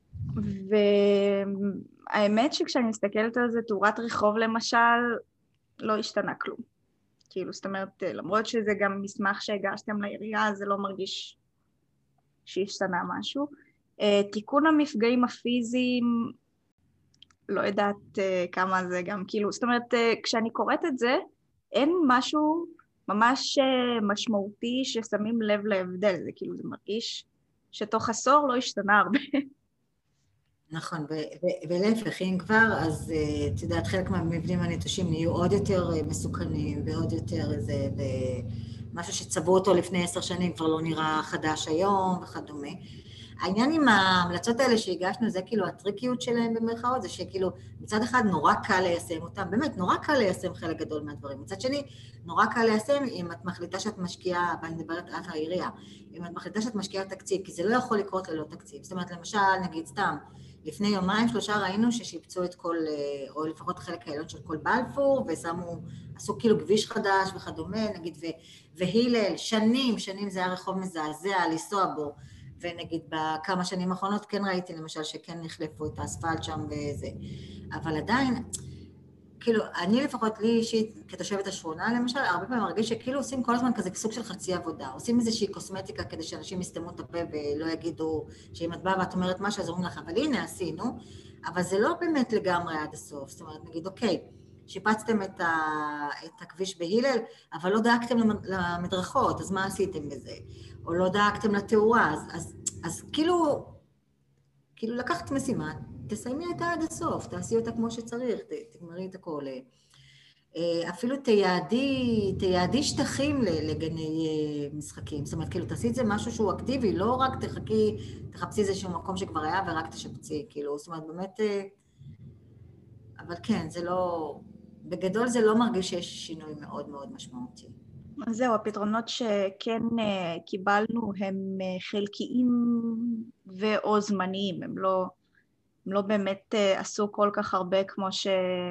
והאמת שכשאני מסתכלת על זה, תאורת רחוב למשל, לא השתנה כלום. כאילו, זאת אומרת, למרות שזה גם מסמך שהגשתם לעירייה, זה לא מרגיש שהשתנה משהו. תיקון המפגעים הפיזיים, לא יודעת כמה זה גם, כאילו, זאת אומרת, כשאני קוראת את זה, אין משהו ממש משמעותי ששמים לב להבדל, זה כאילו, זה מרגיש שתוך עשור לא השתנה הרבה. נכון, ולהפך, אם כבר, אז את יודעת, חלק מהמבנים הנטושים נהיו עוד יותר מסוכנים ועוד יותר איזה, ומשהו שצבעו אותו לפני עשר שנים כבר לא נראה חדש היום וכדומה. העניין עם ההמלצות האלה שהגשנו, זה כאילו הטריקיות שלהם במרכאות, זה שכאילו מצד אחד נורא קל ליישם אותם, באמת נורא קל ליישם חלק גדול מהדברים. מצד שני, נורא קל ליישם אם את מחליטה שאת משקיעה, ואני מדברת על העירייה, אם את מחליטה שאת משקיעה תקציב, כי זה לא יכול לקרות ללא תקציב. זאת אומרת, למשל, נגיד סתם, לפני יומיים שלושה ראינו ששיפצו את כל, או לפחות חלק העליון של כל בלפור, ושמו, עשו כאילו כביש חדש וכדומה, נגיד, והילל, שנים, שנים זה היה רחוב מזעזע, לנסוע בו, ונגיד בכמה שנים האחרונות כן ראיתי למשל שכן נחלפו את האספלט שם וזה, אבל עדיין, כאילו, אני לפחות לי אישית כתושבת השכונה למשל, הרבה פעמים מרגיש שכאילו עושים כל הזמן כזה סוג של חצי עבודה, עושים איזושהי קוסמטיקה כדי שאנשים יסתמו את הפה ולא יגידו שאם את באה ואת אומרת משהו אז אומרים לך, אבל הנה עשינו, אבל זה לא באמת לגמרי עד הסוף, זאת אומרת, נגיד, אוקיי, שיפצתם את, ה, את הכביש בהילל, אבל לא דאגתם למדרכות, אז מה עשיתם בזה? או לא דאגתם לתאורה, אז, אז, אז כאילו, כאילו לקחת משימה, תסיימי אותה עד הסוף, תעשי אותה כמו שצריך, תגמרי את הכל. אפילו תיעדי, תיעדי שטחים לגני משחקים, זאת אומרת, כאילו תעשי את זה משהו שהוא אקטיבי, לא רק תחכי, תחפשי איזשהו מקום שכבר היה ורק תשפצי, כאילו, זאת אומרת, באמת, אבל כן, זה לא, בגדול זה לא מרגיש שיש שינוי מאוד מאוד משמעותי. זהו, הפתרונות שכן קיבלנו הם חלקיים ואו זמניים, הם לא, הם לא באמת עשו כל כך הרבה כמו ש,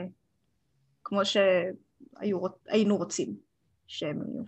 כמו שהיינו רוצים שהם יהיו.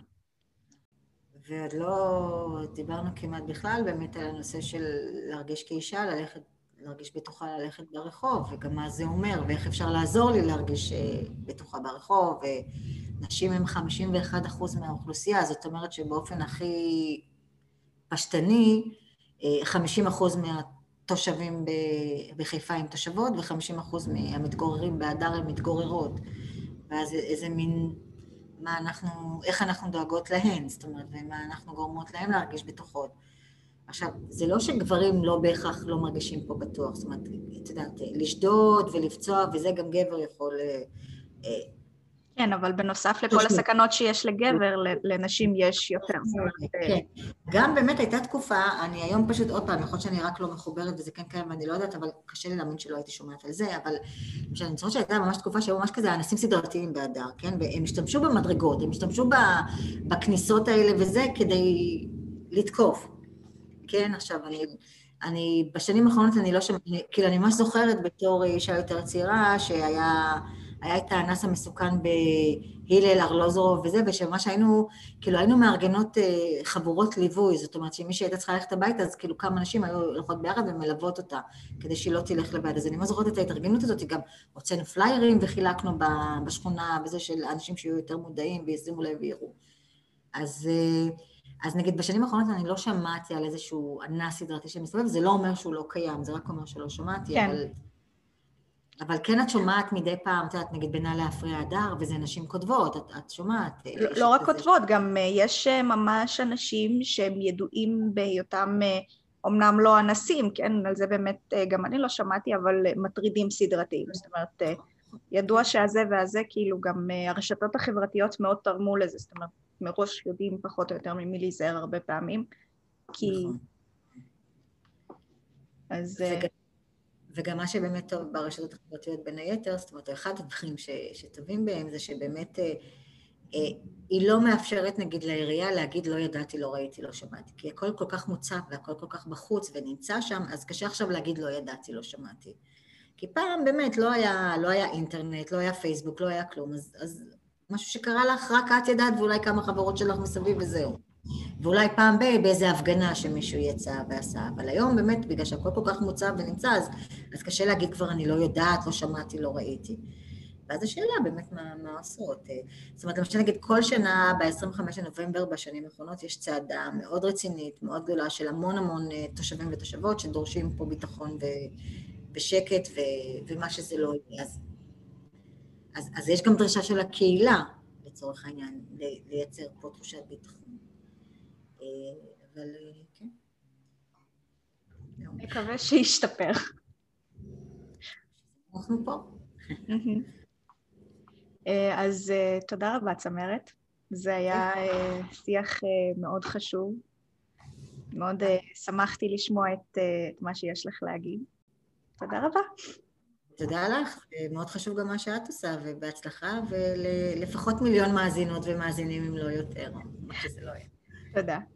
ועוד לא דיברנו כמעט בכלל באמת על הנושא של להרגיש כאישה, ללכת, להרגיש בטוחה ללכת ברחוב, וגם מה זה אומר, ואיך אפשר לעזור לי להרגיש בטוחה ברחוב, ונשים הם חמישים ואחד אחוז מהאוכלוסייה, זאת אומרת שבאופן הכי פשטני, חמישים אחוז מהתושבים בחיפה הם תושבות, ו-חמישים אחוז מהמתגוררים בהדר הם מתגוררות, ואז איזה מין, מה אנחנו, איך אנחנו דואגות להן, זאת אומרת, ומה אנחנו גורמות להן להרגיש בטוחות. עכשיו, זה לא שגברים לא בהכרח לא מרגישים פה בטוח, זאת אומרת, את יודעת, לשדוד ולפצוע, וזה גם גבר יכול... כן, אבל בנוסף לכל הסכנות שיש לגבר, לנשים יש יותר. כן, גם באמת הייתה תקופה, אני היום פשוט עוד פעם, יכול שאני רק לא מחוברת וזה כן קיים ואני לא יודעת, אבל קשה לי להאמין שלא הייתי שומעת על זה, אבל אני חושבת שהייתה ממש תקופה שהיו ממש כזה אנסים סדרתיים בהדר, כן? והם השתמשו במדרגות, הם השתמשו בכניסות האלה וזה כדי לתקוף. כן, עכשיו אני, אני בשנים האחרונות אני לא שמעת, כאילו אני ממש זוכרת בתור אישה יותר צעירה שהיה היה את האנס המסוכן בהילל ארלוזורוב וזה, ושממש היינו, כאילו היינו מארגנות חבורות ליווי, זאת אומרת שמי שהייתה צריכה ללכת הביתה, אז כאילו כמה אנשים היו הולכות ביחד ומלוות אותה, כדי שהיא לא תלך לבד. אז אני לא זוכרת את ההתארגנות הזאת, גם הוצאנו פליירים וחילקנו בשכונה, וזה של אנשים שיהיו יותר מודעים וישימו לב ויראו. אז... אז נגיד, בשנים האחרונות אני לא שמעתי על איזשהו אנס סדרתי שמסתובב, זה לא אומר שהוא לא קיים, זה רק אומר שלא שמעתי, כן. אבל, אבל כן את שומעת מדי פעם, את יודעת, נגיד בינה להפריע הדר, וזה נשים כותבות, את, את שומעת. לא, לא רק כותבות, ש... גם יש ממש אנשים שהם ידועים בהיותם, אומנם לא אנסים, כן, על זה באמת גם אני לא שמעתי, אבל מטרידים סדרתיים, זאת אומרת, ידוע שהזה והזה, כאילו גם הרשתות החברתיות מאוד תרמו לזה, זאת אומרת, מראש יודעים פחות או יותר ממי להיזהר הרבה פעמים, כי... נכון. אז... וגם, וגם מה שבאמת טוב ברשתות החברתיות בין היתר, זאת אומרת, אחד הדברים ש, שטובים בהם זה שבאמת אה, אה, היא לא מאפשרת נגיד לעירייה להגיד לא ידעתי, לא ראיתי, לא שמעתי, כי הכל כל כך מוצף והכל כל כך בחוץ ונמצא שם, אז קשה עכשיו להגיד לא ידעתי, לא שמעתי. כי פעם באמת לא היה, לא היה אינטרנט, לא היה פייסבוק, לא היה כלום, אז... אז משהו שקרה לך, רק את ידעת, ואולי כמה חברות שלך מסביב וזהו. ואולי פעם ב- באיזה הפגנה שמישהו יצא ועשה, אבל היום באמת, בגלל שהכל כל כך מוצב ונמצא, אז, אז קשה להגיד כבר, אני לא יודעת, לא שמעתי, לא ראיתי. ואז השאלה באמת מה, מה עושות. זאת אומרת, למשל נגיד, כל שנה ב-עשרים וחמישה לנובמבר בשנים האחרונות יש צעדה מאוד רצינית, מאוד גדולה, של המון המון תושבים ותושבות, שדורשים פה ביטחון ו- ושקט ו- ומה שזה לא יהיה. אז אז, אז יש גם דרישה של הקהילה, לצורך העניין, לייצר פה תחושת ביטחון. אבל כן. מקווה שישתפר. אנחנו פה. אז תודה רבה, צמרת. זה היה שיח מאוד חשוב. מאוד שמחתי לשמוע את, את מה שיש לך להגיד. תודה רבה. תודה לך, מאוד חשוב גם מה שאת עושה, ובהצלחה, ולפחות מיליון מאזינות ומאזינים אם לא יותר, מה שזה לא יהיה. תודה.